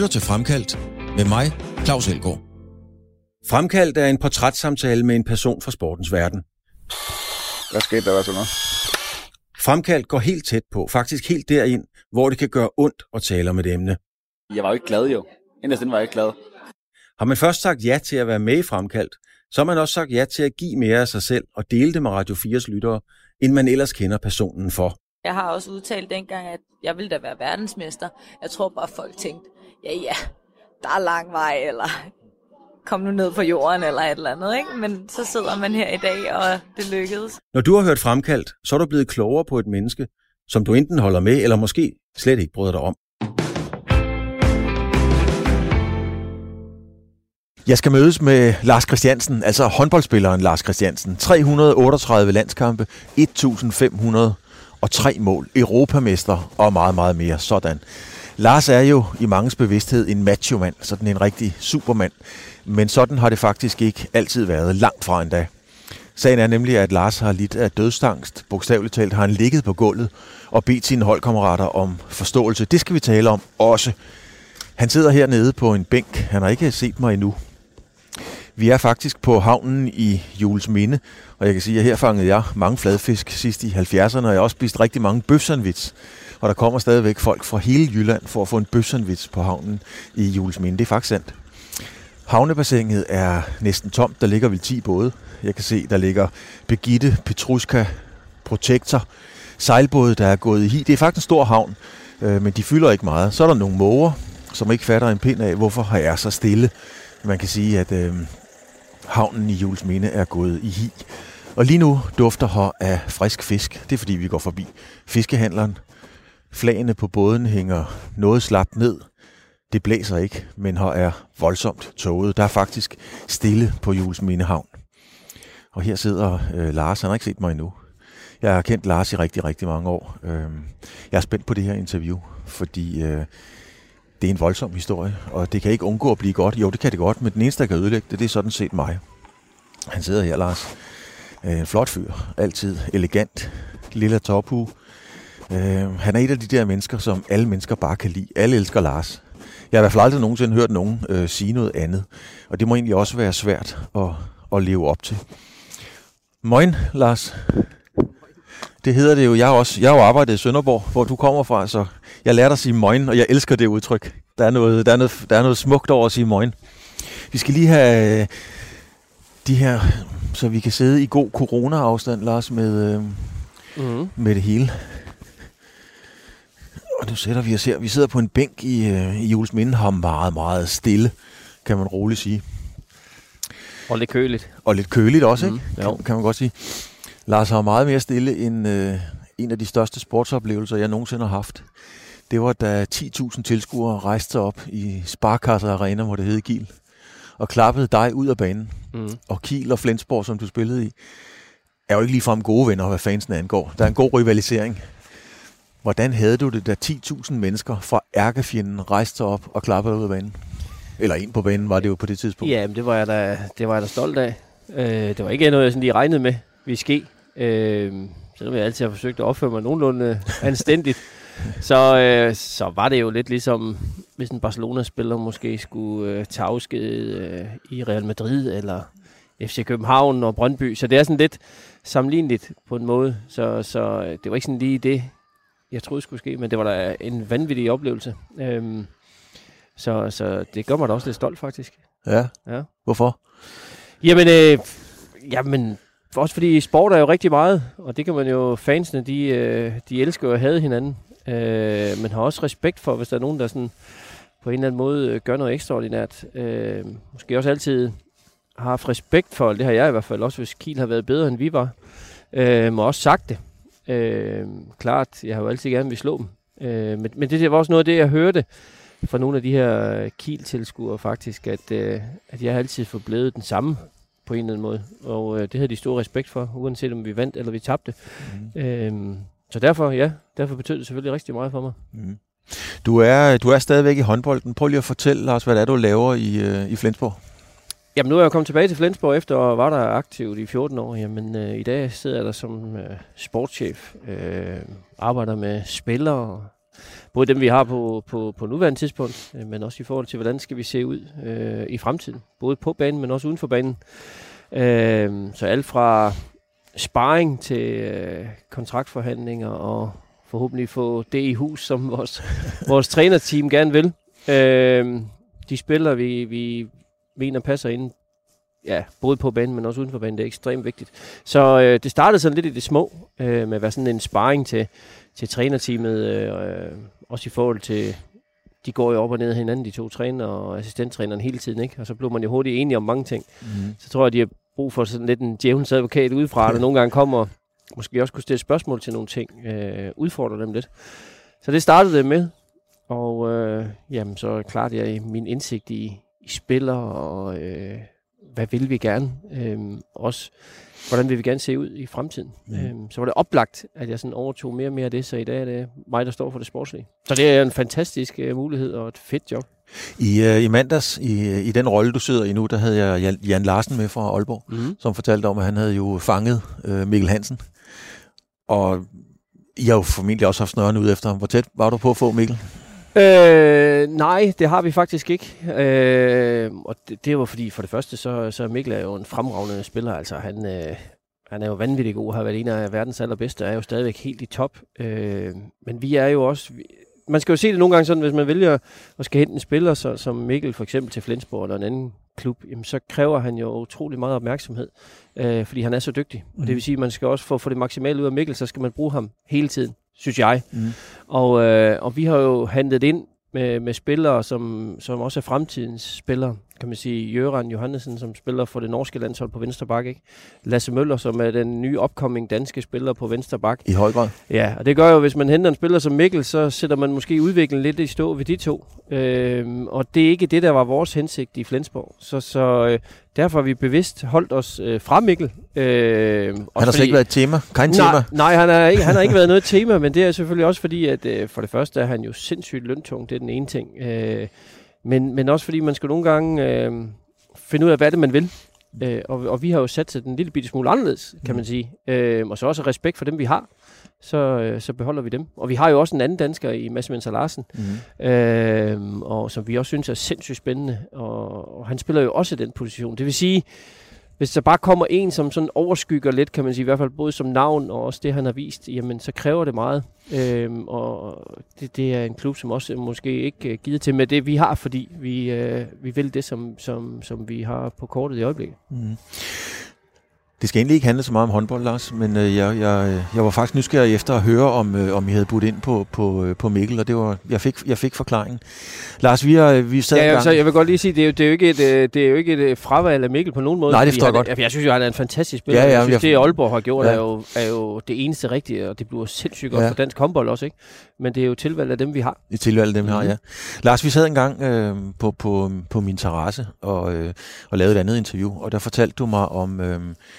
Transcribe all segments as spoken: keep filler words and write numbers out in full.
lytter til Fremkaldt med mig, Claus Elgaard. Fremkaldt er en portrætsamtale med en person fra sportens verden. Hvad skete der, hvad så noget? Fremkaldt går helt tæt på, faktisk helt derind, hvor det kan gøre ondt at tale om et emne. Jeg var jo ikke glad, jo. Inderst var jeg ikke glad. Har man først sagt ja til at være med i Fremkaldt, så har man også sagt ja til at give mere af sig selv og dele det med Radio fires lyttere, end man ellers kender personen for. Jeg har også udtalt dengang, at jeg ville da være verdensmester. Jeg tror bare, folk tænkte, ja ja, der er lang vej, eller kom nu ned på jorden, eller et eller andet, ikke? Men så sidder man her i dag, og det lykkedes. Når du har hørt Fremkaldt, så er du blevet klogere på et menneske, som du enten holder med, eller måske slet ikke bryder dig om. Jeg skal mødes med Lars Christiansen, altså håndboldspilleren Lars Christiansen. tre hundrede og otteogtredive landskampe, et tusind fem hundrede og tre mål, europamester og meget, meget mere sådan. Lars er jo i manges bevidsthed en machomand, sådan en rigtig supermand. Men sådan har det faktisk ikke altid været, langt fra endda. Sagen er nemlig, at Lars har lidt af dødsangst. Bogstaveligt talt har han ligget på gulvet og bedt sine holdkammerater om forståelse. Det skal vi tale om også. Han sidder hernede på en bænk. Han har ikke set mig endnu. Vi er faktisk på havnen i Juelsminde, og jeg kan sige, at her fangede jeg mange fladfisk sidst i halvfjerdserne, og jeg har også spist rigtig mange bøfsandwich. Og der kommer stadigvæk folk fra hele Jylland for at få en bøfsandwich på havnen i Juelsminde. Det er faktisk sandt. Havnebassinet er næsten tomt. Der ligger vel ti både. Jeg kan se, der ligger Birgitte, Petruska, Protector, sejlbåde, der er gået i hi. Det er faktisk en stor havn, øh, men de fylder ikke meget. Så er der nogle måger, som ikke fatter en pind af, hvorfor har jeg så stille. Man kan sige, at øh, havnen i Juelsminde er gået i hi. Og lige nu dufter her af frisk fisk. Det er fordi, vi går forbi fiskehandleren. Flagene på båden hænger noget slapt ned. Det blæser ikke, men her er voldsomt tåget. Der er faktisk stille på Juelsminde havn. Og her sidder øh, Lars. Han har ikke set mig endnu. Jeg har kendt Lars i rigtig, rigtig mange år. Øh, jeg er spændt på det her interview, fordi øh, det er en voldsom historie, og det kan ikke undgå at blive godt. Jo, det kan det godt, men den eneste, der kan ødelægge det, det er sådan set mig. Han sidder her, Lars. Øh, en flot fyr. Altid elegant. Lille tophue. Øh, han er et af de der mennesker, som alle mennesker bare kan lide. Alle elsker Lars. Jeg har i hvert fald aldrig nogensinde hørt nogen øh, sige noget andet. Og det må egentlig også være svært at, at leve op til. Moin, Lars. Det hedder det jo. Jeg har, også, jeg har jo arbejdet i Sønderborg, hvor du kommer fra, så jeg lærte at sige moin, og jeg elsker det udtryk. Der er noget, der er noget, der er noget smukt over at sige moin. Vi skal lige have øh, de her, så vi kan sidde i god corona-afstand, Lars, med, øh, mm-hmm. med det hele. Og nu sætter vi os her. Vi sidder på en bænk i, øh, i Juelsminde, har meget, meget stille, kan man roligt sige. Og lidt køligt. Og lidt køligt også, mm, ikke? Kan, kan man godt sige. Lars har meget mere stille end øh, en af de største sportsoplevelser, jeg nogensinde har haft. Det var, da ti tusind tilskuere rejste sig op i Sparkasse Arena, hvor det hed Kiel, og klappede dig ud af banen. Mm. Og Kiel og Flensborg, som du spillede i, er jo ikke ligefrem gode venner, hvad fansene angår. Der er en god rivalisering. Hvordan havde du det, da ti tusind mennesker fra ærkefjenden rejste sig op og klappede ud af banen? Eller ind på banen var det jo på det tidspunkt. Ja, men det var jeg da, det var jeg da stolt af. Øh, det var ikke noget, jeg sådan lige regnede med, vi ske. Øh, selvom jeg altid har forsøgt at opføre mig nogenlunde anstændigt. Så, øh, så var det jo lidt ligesom, hvis en Barcelona-spiller måske skulle øh, tage afsked øh, i Real Madrid, eller F C København og Brøndby. Så det er sådan lidt sammenligneligt på en måde. Så, så det var ikke sådan lige det, jeg troede skulle ske, men det var da en vanvittig oplevelse. Øhm, så, så det gør mig da også lidt stolt, faktisk. Ja? Ja. Hvorfor? Jamen, øh, jamen, også fordi sport er jo rigtig meget, og det kan man jo, fansene, de, øh, de elsker jo at have hinanden. Øh, men har også respekt for, hvis der er nogen, der sådan på en eller anden måde gør noget ekstraordinært. Øh, måske også altid har haft respekt for, det har jeg i hvert fald også, hvis Kiel har været bedre, end vi var. Øh, må også sagt det. Øh, klart, jeg har jo altid gerne vil slå dem. Øh, men, men det var også noget af det, jeg hørte fra nogle af de her Kiel-tilskuere faktisk, at, øh, at jeg altid forblevet den samme på en eller anden måde. Og øh, det havde de stor respekt for, uanset om vi vandt eller vi tabte. Mm. Øh, så derfor, ja, derfor betød det selvfølgelig rigtig meget for mig. Mm. Du er, du er stadigvæk i håndbolden. Prøv lige at fortælle, Lars, hvad det er, du laver i, øh, i Flensborg. Jamen, nu er jeg kommet tilbage til Flensborg efter og var der aktivt i fjorten år. Jamen, øh, i dag sidder jeg der som øh, sportschef. Øh, arbejder med spillere, både dem, vi har på, på, på nuværende tidspunkt, øh, men også i forhold til, hvordan skal vi se ud øh, i fremtiden. Både på banen, men også uden for banen. Øh, så alt fra sparring til øh, kontraktforhandlinger og forhåbentlig få det i hus, som vores, vores trænerteam gerne vil. Øh, de spillere, vi, vi mener passer ind, ja, både på banen, men også uden for banen, det er ekstremt vigtigt. Så øh, det startede sådan lidt i det små, øh, med at være sådan en sparring til, til trænerteamet, øh, også i forhold til, de går jo op og ned hinanden, de to træner og assistenttræneren hele tiden, ikke? Og så blev man jo hurtigt enige om mange ting. Mm. Så tror jeg, de har brug for sådan lidt en djævelens advokat udefra, der nogle gange kommer, måske også kunne stille spørgsmål til nogle ting, øh, udfordre dem lidt. Så det startede det med, og øh, jamen, så klart jeg min indsigt i, i spiller og øh, hvad vil vi gerne, øhm, også hvordan vil vi gerne se ud i fremtiden. Mm. Øhm, så var det oplagt, at jeg sådan overtog mere og mere af det, så i dag er det mig, der står for det sportslige. Så det er en fantastisk uh, mulighed og et fedt job. I, uh, i mandags, i, i den rolle, du sidder i nu, der havde jeg Jan, Jan Larsen med fra Aalborg, mm. som fortalte om, at han havde jo fanget uh, Mikkel Hansen. Og I har jo formentlig også haft snøren ud efter ham. Hvor tæt var du på at få Mikkel? Øh, nej, det har vi faktisk ikke. Øh, og det, det var fordi, for det første, så, så Mikkel er jo en fremragende spiller. Altså, han, øh, han er jo vanvittig god, har været en af verdens allerbedste, er jo stadigvæk helt i top. Øh, men vi er jo også... Vi, man skal jo se det nogle gange sådan, hvis man vælger at skal hente en spiller, så, som Mikkel for eksempel til Flensborg eller en anden klub, jamen, så kræver han jo utrolig meget opmærksomhed, øh, fordi han er så dygtig. Mm. Og det vil sige, at man skal også for at få det maksimale ud af Mikkel, så skal man bruge ham hele tiden, synes jeg. Mm. Og, øh, og vi har jo handlet ind med, med spillere, som, som også er fremtidens spillere. Kan man sige, Jørgen Johannesen, som spiller for det norske landshold på venstre bak, ikke? Lasse Møller, som er den nye upcoming danske spiller på venstre bak. I høj grad. Ja, og det gør jo, hvis man henter en spiller som Mikkel, så sætter man måske udviklingen lidt i stå ved de to. Øhm, og det er ikke det, der var vores hensigt i Flensborg. Så, så øh, derfor har vi bevidst holdt os øh, fra Mikkel. Øh, han har slet ikke været et tema? Kein nej, tema? Nej, han har ikke, han har ikke været noget tema, men det er selvfølgelig også fordi, at øh, for det første er han jo sindssygt løntung. Det er den ene ting. Øh, Men, men også fordi man skal nogle gange øh, finde ud af, hvad det man vil. Øh, og, og vi har jo sat den lille bitte smule anderledes, kan man sige. Øh, og så også respekt for dem, vi har. Så, øh, så beholder vi dem. Og vi har jo også en anden dansker i Mads Mensah Larsen, mm. øh, og som vi også synes er sindssygt spændende. Og, og han spiller jo også i den position. Det vil sige, hvis der bare kommer en, som sådan overskygger lidt, kan man sige, i hvert fald både som navn og også det, han har vist, jamen så kræver det meget. Øhm, og det, det er en klub, som også måske ikke uh, giver til med det, vi har, fordi vi, uh, vi vil det, som, som, som vi har på kortet i øjeblikket. Mm. Det skal egentlig ikke handle så meget om håndbold, Lars, men øh, jeg, jeg, jeg var faktisk nysgerrig efter at høre, om, øh, om I havde budt ind på, på, øh, på Mikkel, og det var, jeg, fik, jeg fik forklaringen. Lars, vi har vi sad ja, gang... så jeg vil godt lige sige, det er jo, det er jo ikke et, det er jo ikke et fravalg af Mikkel på nogen måde. Nej, det forstår jeg godt. Han, jeg synes jo, han er en fantastisk spiller. Ja, ja, jeg synes, jeg... det Aalborg har gjort, ja. er, jo, er jo det eneste rigtige, og det bliver sindssygt godt ja. for dansk håndbold også, ikke? Men det er jo tilvalg af dem, vi har. Det er tilvalg af dem, vi har, ja. Lars, vi sad engang øh, på, på, på min terrasse og, øh, og lavede et andet interview, og der fortalte du mig om... Øh,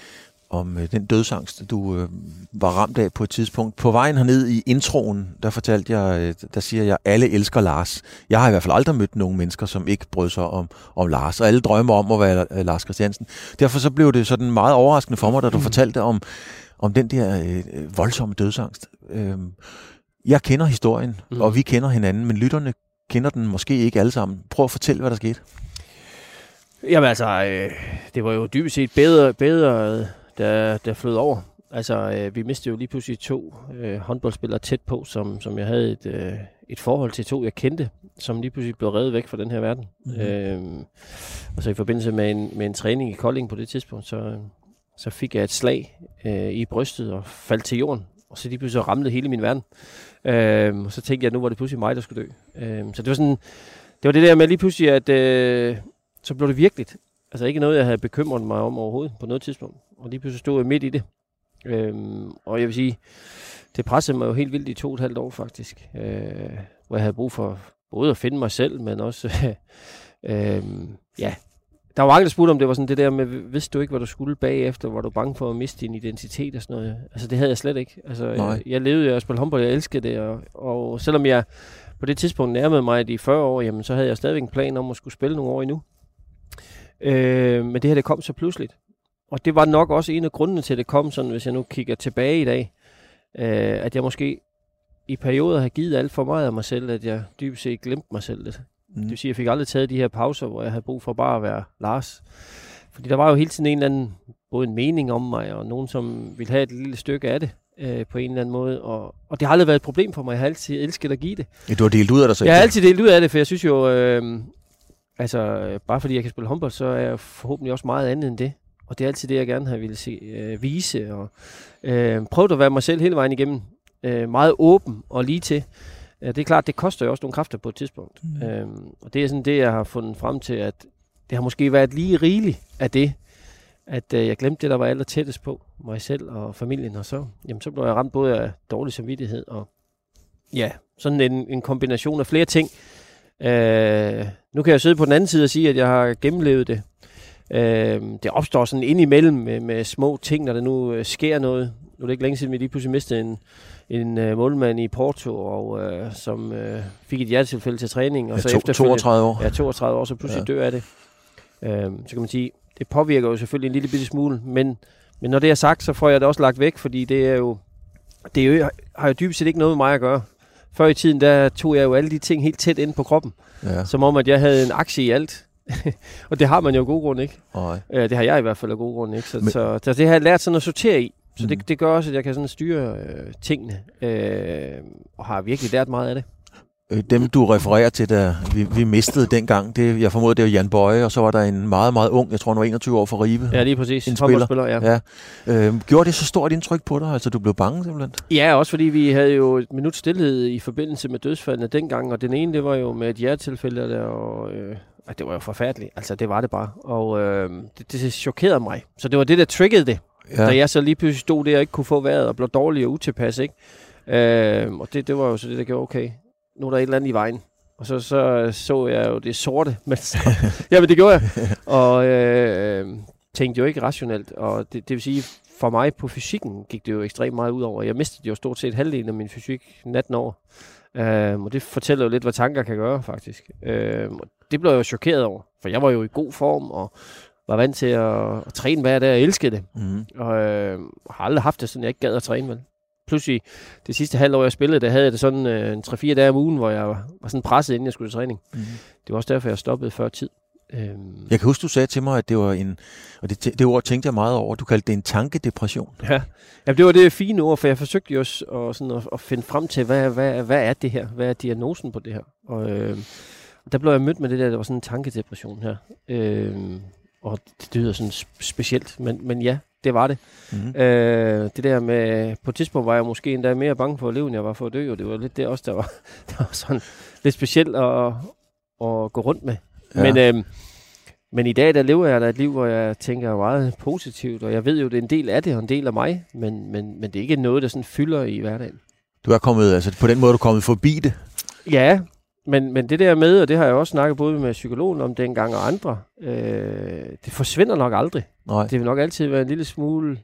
om øh, den dødsangst, du øh, var ramt af på et tidspunkt. På vejen herned i introen, der fortalte jeg, øh, der siger jeg, alle elsker Lars. Jeg har i hvert fald aldrig mødt nogen mennesker, som ikke brød sig om, om Lars, og alle drømmer om at være øh, Lars Christiansen. Derfor så blev det sådan meget overraskende for mig, da du mm. fortalte om, om den der øh, voldsomme dødsangst. Øh, jeg kender historien, mm. og vi kender hinanden, men lytterne kender den måske ikke alle sammen. Prøv at fortælle, hvad der skete. Jamen altså, øh, det var jo dybest set bedre, bedre der, der flød over. Altså, øh, vi mistede jo lige pludselig to øh, håndboldspillere tæt på, som, som jeg havde et, øh, et forhold til to, jeg kendte, som lige pludselig blev revet væk fra den her verden. Mm-hmm. Øh, og så i forbindelse med en, med en træning i Kolding på det tidspunkt, så, så fik jeg et slag øh, i brystet og faldt til jorden. Og så lige pludselig ramlede hele min verden. Øh, og så tænkte jeg, at nu var det pludselig mig, der skulle dø. Øh, så det var sådan, det var det der med lige pludselig, at øh, så blev det virkeligt. Altså ikke noget, jeg havde bekymret mig om overhovedet på noget tidspunkt. Og lige pludselig stod jeg midt i det. Øhm, og jeg vil sige, det pressede mig jo helt vildt i to og et halvt år faktisk. Øh, hvor jeg havde brug for både at finde mig selv, men også, øh, ja. Der var mange, der spurgte om det var sådan det der med, vidste du ikke, hvad du skulle bagefter? Var du bange for at miste din identitet og sådan noget? Altså det havde jeg slet ikke. Altså jeg, jeg levede, jeg spillede håndbold, jeg elskede det. Og, og selvom jeg på det tidspunkt nærmede mig de fyrre år, jamen så havde jeg stadigvæk en plan om at skulle spille nogle år endnu. Øh, men det her, det kom så pludseligt. Og det var nok også en af grundene til, at det kom sådan, hvis jeg nu kigger tilbage i dag, øh, at jeg måske i perioder har givet alt for meget af mig selv, at jeg dybest set glemte mig selv lidt. Mm. Det vil sige, at jeg fik aldrig taget de her pauser, hvor jeg havde brug for bare at være Lars. Fordi der var jo hele tiden en eller anden, både en mening om mig, og nogen, som ville have et lille stykke af det, øh, på en eller anden måde. Og, og det har aldrig været et problem for mig. Jeg har altid elsket at give det. Ja, du har delt ud af dig selv? Jeg har altid delt ud af det, for jeg synes jo, øh, altså bare fordi jeg kan spille håndbold, så er jeg forhåbentlig også meget andet end det. Og det er altid det, jeg gerne har ville se, øh, vise. Og øh, prøvet at være mig selv hele vejen igennem. Øh, meget åben og lige til. Øh, det er klart, det koster jo også nogle kræfter på et tidspunkt. Mm. Øh, og det er sådan det, jeg har fundet frem til, at det har måske været lige rigeligt af det, at øh, jeg glemte det, der var aller tættest på, mig selv og familien. Og så, jamen, så blev jeg ramt både af dårlig samvittighed og ja, sådan en, en kombination af flere ting. Øh, nu kan jeg sidde på den anden side og sige, at jeg har gennemlevet det. Øh, det opstår sådan indimellem med, med små ting, når der nu øh, sker noget. Nu er det ikke længe siden, vi lige pludselig mistede en, en uh, målmand i Porto, og, uh, som uh, fik et hjertetilfælde til træning. Og ja, så to, efter toogtredive år. Ja, toogtredive år, så pludselig ja. dør af det. Uh, så kan man sige, det påvirker jo selvfølgelig en lille bitte smule, men, men når det er sagt, så får jeg det også lagt væk, fordi det er jo, det er jo, har jo dybest set ikke noget med mig at gøre. Før i tiden, der tog jeg jo alle de ting helt tæt ind på kroppen, ja. Som om, at jeg havde en aktie i alt. Og det har man jo af gode grunde ikke. Nej. Uh, det har jeg i hvert fald af gode grunde ikke. Så, men, så, så det har jeg lært sådan at sortere i. Så mm. det, det gør også, at jeg kan sådan styre øh, tingene, øh, og har virkelig lært meget af det. Dem, du refererer til, da vi, vi mistede dengang, det, jeg formoder, det var Jan Bøje, og så var der en meget, meget ung, jeg tror, han var enogtyve år for Ribe. Ja, lige præcis. En spiller. Ja. Ja. Øh, gjorde det så stort indtryk på dig? Altså, du blev bange simpelthen? Ja, også fordi vi havde jo et minut stillhed i forbindelse med dødsfaldene dengang, og den ene, det var jo med et hjertetilfælde, der, og øh, det var jo forfærdeligt. Altså, det var det bare. Og øh, det, det chokerede mig. Så det var det, der triggede det. Ja. Da jeg så lige pludselig stod der og ikke kunne få vejret og blev dårlig og utilpas, ikke? Øh, og det, det var jo så det, der gjorde, okay, nu er der et eller andet i vejen. Og så så, så jeg jo det sorte, men så, jamen det gjorde jeg. Og øh, tænkte jo ikke rationelt. Og det, det vil sige, for mig på fysikken gik det jo ekstremt meget ud over. Jeg mistede jo stort set halvdelen af min fysik atten år. Øh, og det fortæller jo lidt, hvad tanker kan gøre, faktisk. Øh, og det blev jeg jo chokeret over, for jeg var jo i god form, og var vant til at, at træne hver dag, og elskede det. Mm. Og øh, har aldrig haft det sådan, jeg ikke gad at træne, vel. Pludselig, det sidste halvår, jeg spillede, der havde jeg det sådan øh, en tre-fire dage om ugen, hvor jeg var, var sådan presset, inden jeg skulle til træning. Mm. Det var også derfor, jeg stoppede før tid. Øhm. Jeg kan huske, du sagde til mig, at det var en, og det, det ord tænkte jeg meget over, du kaldte det en tankedepression. Ja, ja, det var det fine ord, for jeg forsøgte jo også at, sådan at, at finde frem til, hvad, hvad, hvad er det her? Hvad er diagnosen på det her? Og øh, der blev jeg mødt med det der, der var sådan en tankedepression her. Øh, og det, det lyder sådan specielt, men, men ja, det var det. Mm-hmm. Øh, det der med, på et tidspunkt var jeg måske endda mere bange for at leve, end jeg var for at dø, og det var lidt det også, der var, der var sådan lidt specielt at, at gå rundt med. Ja. Men, øh, men i dag, der lever jeg da et liv, hvor jeg tænker meget positivt, og jeg ved jo, det er en del af det, og en del af mig, men, men, men det er ikke noget, der sådan fylder i hverdagen. Du er kommet, altså på den måde, du er kommet forbi det? Ja, men, men det der med, og det har jeg også snakket både med psykologen om dengang og andre, øh, det forsvinder nok aldrig. Nej. Det vil nok altid være en lille smule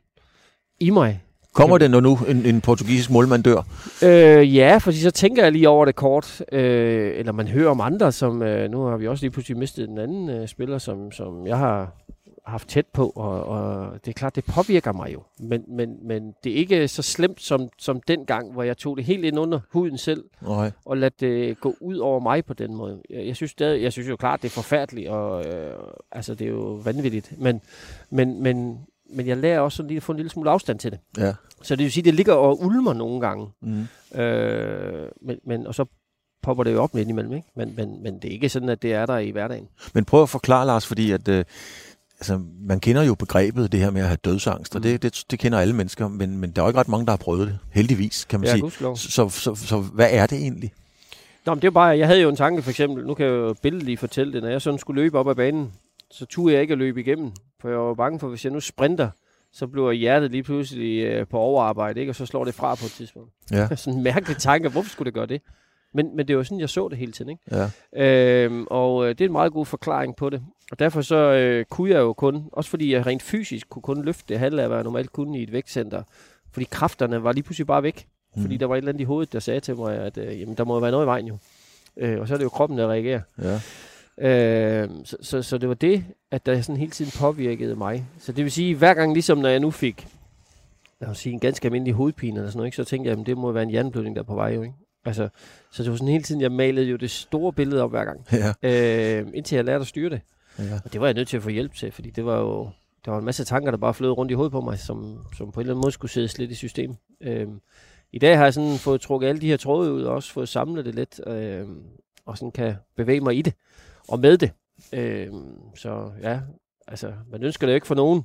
i mig. Kommer det, når nu en, en portugisisk målmand dør? Øh, ja, fordi så tænker jeg lige over det kort. Øh, eller man hører om andre, som øh, nu har vi også lige pludselig mistet en anden øh, spiller, som, som jeg har haft tæt på, og, og det er klart, det påvirker mig jo. Men, men, men det er ikke så slemt som, som den gang, hvor jeg tog det helt ind under huden selv, okay. og lade det gå ud over mig på den måde. Jeg, jeg, synes, stadig, jeg synes jo klart, det er forfærdeligt, og øh, altså, det er jo vanvittigt. Men, men, men, men jeg lærer også lige at få en lille smule afstand til det. Ja. Så det vil sige, det ligger og ulmer nogle gange. Mm. Øh, men, men, og så popper det jo op med indimellem, ikke? Men, men, men det er ikke sådan, at det er der i hverdagen. Men prøv at forklare, Lars, fordi at... Øh Altså, man kender jo begrebet, det her med at have dødsangst, og det, det, det kender alle mennesker, men, men der er jo ikke ret mange, der har prøvet det. Heldigvis, kan man ja, sige. Så, så, så, så hvad er det egentlig? Nå, men det er bare, jeg havde jo en tanke, for eksempel, nu kan jeg jo billedligt fortælle det, når jeg sådan skulle løbe op ad banen, så turde jeg ikke at løbe igennem, for jeg var bange for, hvis jeg nu sprinter, så bliver hjertet lige pludselig øh, på overarbejde, ikke? Og så slår det fra på et tidspunkt. Ja. Sådan en mærkelig tanke, hvorfor skulle det gøre det? Men, men det var sådan, jeg så det hele tiden, ikke? Ja. Øhm, og øh, det er en meget god forklaring på det. Og derfor så øh, kunne jeg jo kun, også fordi jeg rent fysisk kunne kun løfte det halve af, hvad jeg normalt kunne i et vægtcenter. Fordi kræfterne var lige pludselig bare væk. Mm. Fordi der var et eller andet i hovedet, der sagde til mig, at øh, jamen, der må være noget i vejen jo. Øh, og så er det jo kroppen, der reagerer. Ja. Øh, så, så, så det var det, at der sådan hele tiden påvirkede mig. Så det vil sige, hver gang ligesom når jeg nu fik lad os sige, en ganske almindelig hovedpine eller sådan noget, ikke? Så tænkte jeg, at det må være en hjerneblødning, der er på vej, jo, ikke? Altså, så det var sådan hele tiden, jeg malede jo det store billede op hver gang, ja. øh, indtil jeg lærte at styre det. Ja. Og det var jeg nødt til at få hjælp til, fordi det var jo, der var en masse tanker, der bare flød rundt i hovedet på mig, som, som på en eller anden måde skulle sættes lidt i system. Øh, I dag har jeg sådan fået trukket alle de her tråde ud, og også fået samlet det lidt, øh, og sådan kan bevæge mig i det, og med det. Øh, så ja, altså, man ønsker det jo ikke for nogen.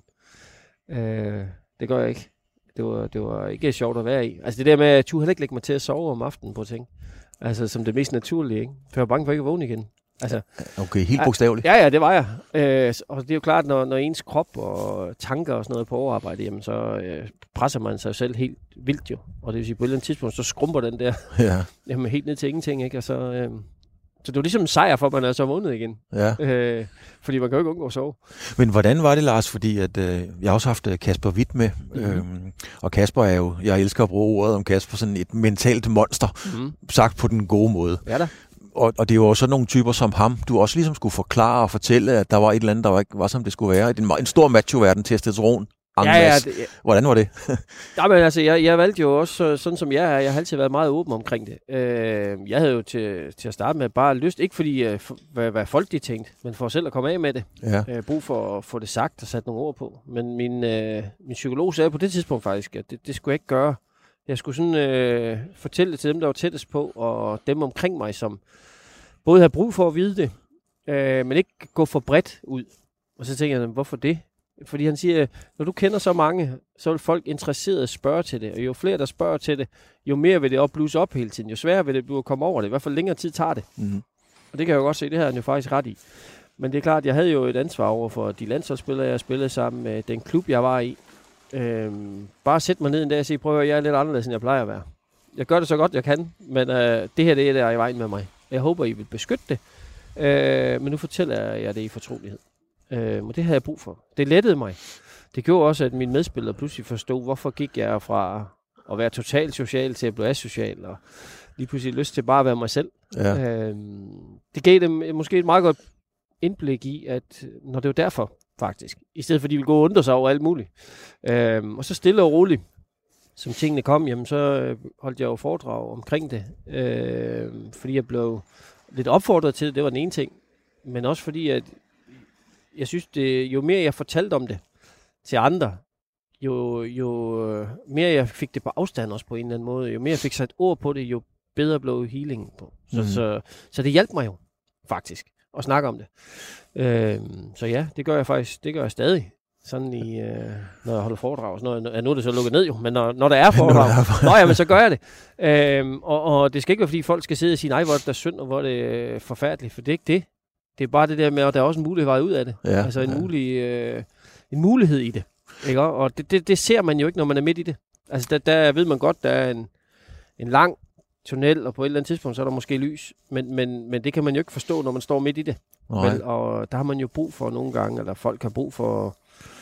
Øh, det gør jeg ikke. Det var, det var ikke sjovt at være i. Altså det der med, at jeg turde heller ikke lægge mig til at sove om aftenen på ting. Altså som det mest naturlige, ikke? For jeg var bange for ikke at vågne igen. Altså, okay, helt bogstaveligt. Ja, ja, det var jeg. Øh, og det er jo klart, når, når ens krop og tanker og sådan noget på overarbejde, jamen så øh, presser man sig selv helt vildt jo. Og det vil sige, på et eller andet tidspunkt, så skrumper den der ja. jamen, helt ned til ingenting, ikke? Og så, øh, så det var ligesom en sejr for, at man er så vågnet igen. Ja. Øh, fordi man kan jo ikke undgå at sove. Men hvordan var det, Lars? Fordi at, øh, jeg har også haft Kasper Hvidt med. Mm-hmm. Øhm, og Kasper er jo, jeg elsker at bruge ordet om Kasper, sådan et mentalt monster, mm-hmm. sagt på den gode måde. Ja da. Og, og det er jo sådan nogle typer som ham, du også ligesom skulle forklare og fortælle, at der var et eller andet, der var ikke var, som det skulle være. En, en stor macho-verden, testosteron. Ja, ja, det, ja. Hvordan var det? ja, men altså, jeg, jeg valgte jo også, sådan som jeg er, jeg har altid været meget åben omkring det. Øh, jeg havde jo til, til at starte med bare lyst, ikke fordi, uh, for, hvad, hvad folk de tænkte, men for selv at komme af med det. Ja. Øh, brug for at få det sagt og sat nogle ord på. Men min, øh, min psykolog sagde på det tidspunkt faktisk, at det, det skulle jeg ikke gøre. Jeg skulle sådan øh, fortælle det til dem, der var tættest på, og dem omkring mig, som både havde brug for at vide det, øh, men ikke gå for bredt ud. Og så tænkte jeg, hvorfor det? Fordi han siger, når du kender så mange, så vil folk interesseret spørge til det. Og jo flere, der spørger til det, jo mere vil det op blusse op hele tiden. Jo sværere vil det blive at komme over det. I hvert fald længere tid tager det. Mm-hmm. Og det kan jeg jo godt se, det har han jo faktisk ret i. Men det er klart, jeg havde jo et ansvar over for de landsholdsspillere, jeg spillede sammen med den klub, jeg var i. Øhm, bare sæt mig ned en dag og sige, prøv at høre, jeg er lidt anderledes, end jeg plejer at være. Jeg gør det så godt, jeg kan, men øh, det her det er der i vejen med mig. Jeg håber, I vil beskytte det. Øh, men nu fortæller jeg det i fortrolighed. Øh, og det havde jeg brug for. Det lettede mig. Det gjorde også, at mine medspillere pludselig forstod, hvorfor gik jeg fra at være totalt social til at blive asocial, og lige pludselig lyst til bare at være mig selv. Ja. Øh, det gav dem måske et meget godt indblik i, at når det var derfor, faktisk. I stedet for, at de ville gå og undre sig over alt muligt. Øh, og så stille og roligt, som tingene kom, jamen så holdt jeg jo foredrag omkring det. Øh, fordi jeg blev lidt opfordret til det, det var den ene ting. Men også fordi, at jeg synes, det, jo mere jeg fortalte om det til andre, jo, jo mere jeg fik det på afstand også på en eller anden måde, jo mere jeg fik sat ord på det, jo bedre blev healingen på. Så, mm. så, så det hjalp mig jo, faktisk, at snakke om det. Øh, så ja, det gør jeg faktisk, det gør jeg stadig. Sådan i, øh, når jeg holder foredrag. Så når, nu er det så lukket ned jo, men når, når der er foredrag, nå ja, men så gør jeg det. Øhm, og, og det skal ikke være, fordi folk skal sidde og sige, nej, hvor er det der synd, og hvor er det øh, forfærdeligt, for det er ikke det. Det er bare det der med, at der er også en mulig vej ud af det. Ja, altså en, ja. mulig, øh, en mulighed i det. Ikke? Og det, det, det ser man jo ikke, når man er midt i det. Altså der, der ved man godt, der er en, en lang tunnel, og på et eller andet tidspunkt, så er der måske lys. Men, men, men det kan man jo ikke forstå, når man står midt i det. Vel, og der har man jo brug for nogle gange, eller folk har brug for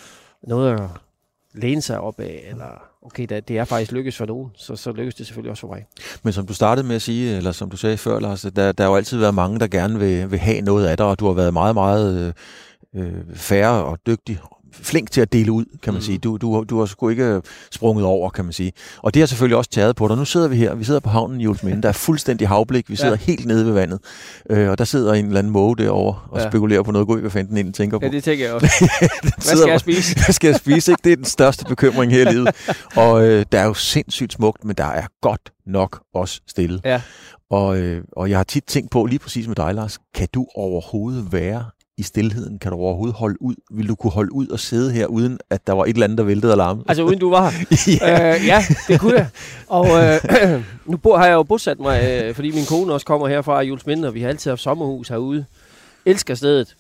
noget at læne sig op af, eller okay, det er faktisk lykkes for nogen, så, så lykkes det selvfølgelig også for mig. Men som du startede med at sige, eller som du sagde før, Lars, der, der har jo altid været mange, der gerne vil, vil have noget af dig, og du har været meget, meget øh, færre og dygtig, flink til at dele ud, kan man mm. sige. Du, du, du har sgu ikke sprunget over, kan man sige. Og det har selvfølgelig også taget på dig. Nu sidder vi her, vi sidder på havnen i Juelsminde, der er fuldstændig havblik, vi sidder ja. helt nede ved vandet, øh, og der sidder en eller anden måge derovre og ja. spekulerer på noget, gå i, hvad fanden den tænker på. Ja, det tænker jeg også. Hvad skal jeg spise? Hvad skal jeg spise, ikke? Det er den største bekymring her i livet. Og øh, der er jo sindssygt smukt, men der er godt nok også stille. Ja. Og, øh, og jeg har tit tænkt på, lige præcis med dig, Lars, kan du overhovedet være i stilheden? Kan du overhovedet holde ud? Vil du kunne holde ud og sidde her, uden at der var et eller andet, der væltede alarmen? Altså uden du var her? ja. Øh, ja, det kunne jeg. Og øh, nu bor, har jeg jo bosat mig, øh, fordi min kone også kommer herfra i Juelsminde, og vi har altid haft sommerhus herude. Elsker stedet.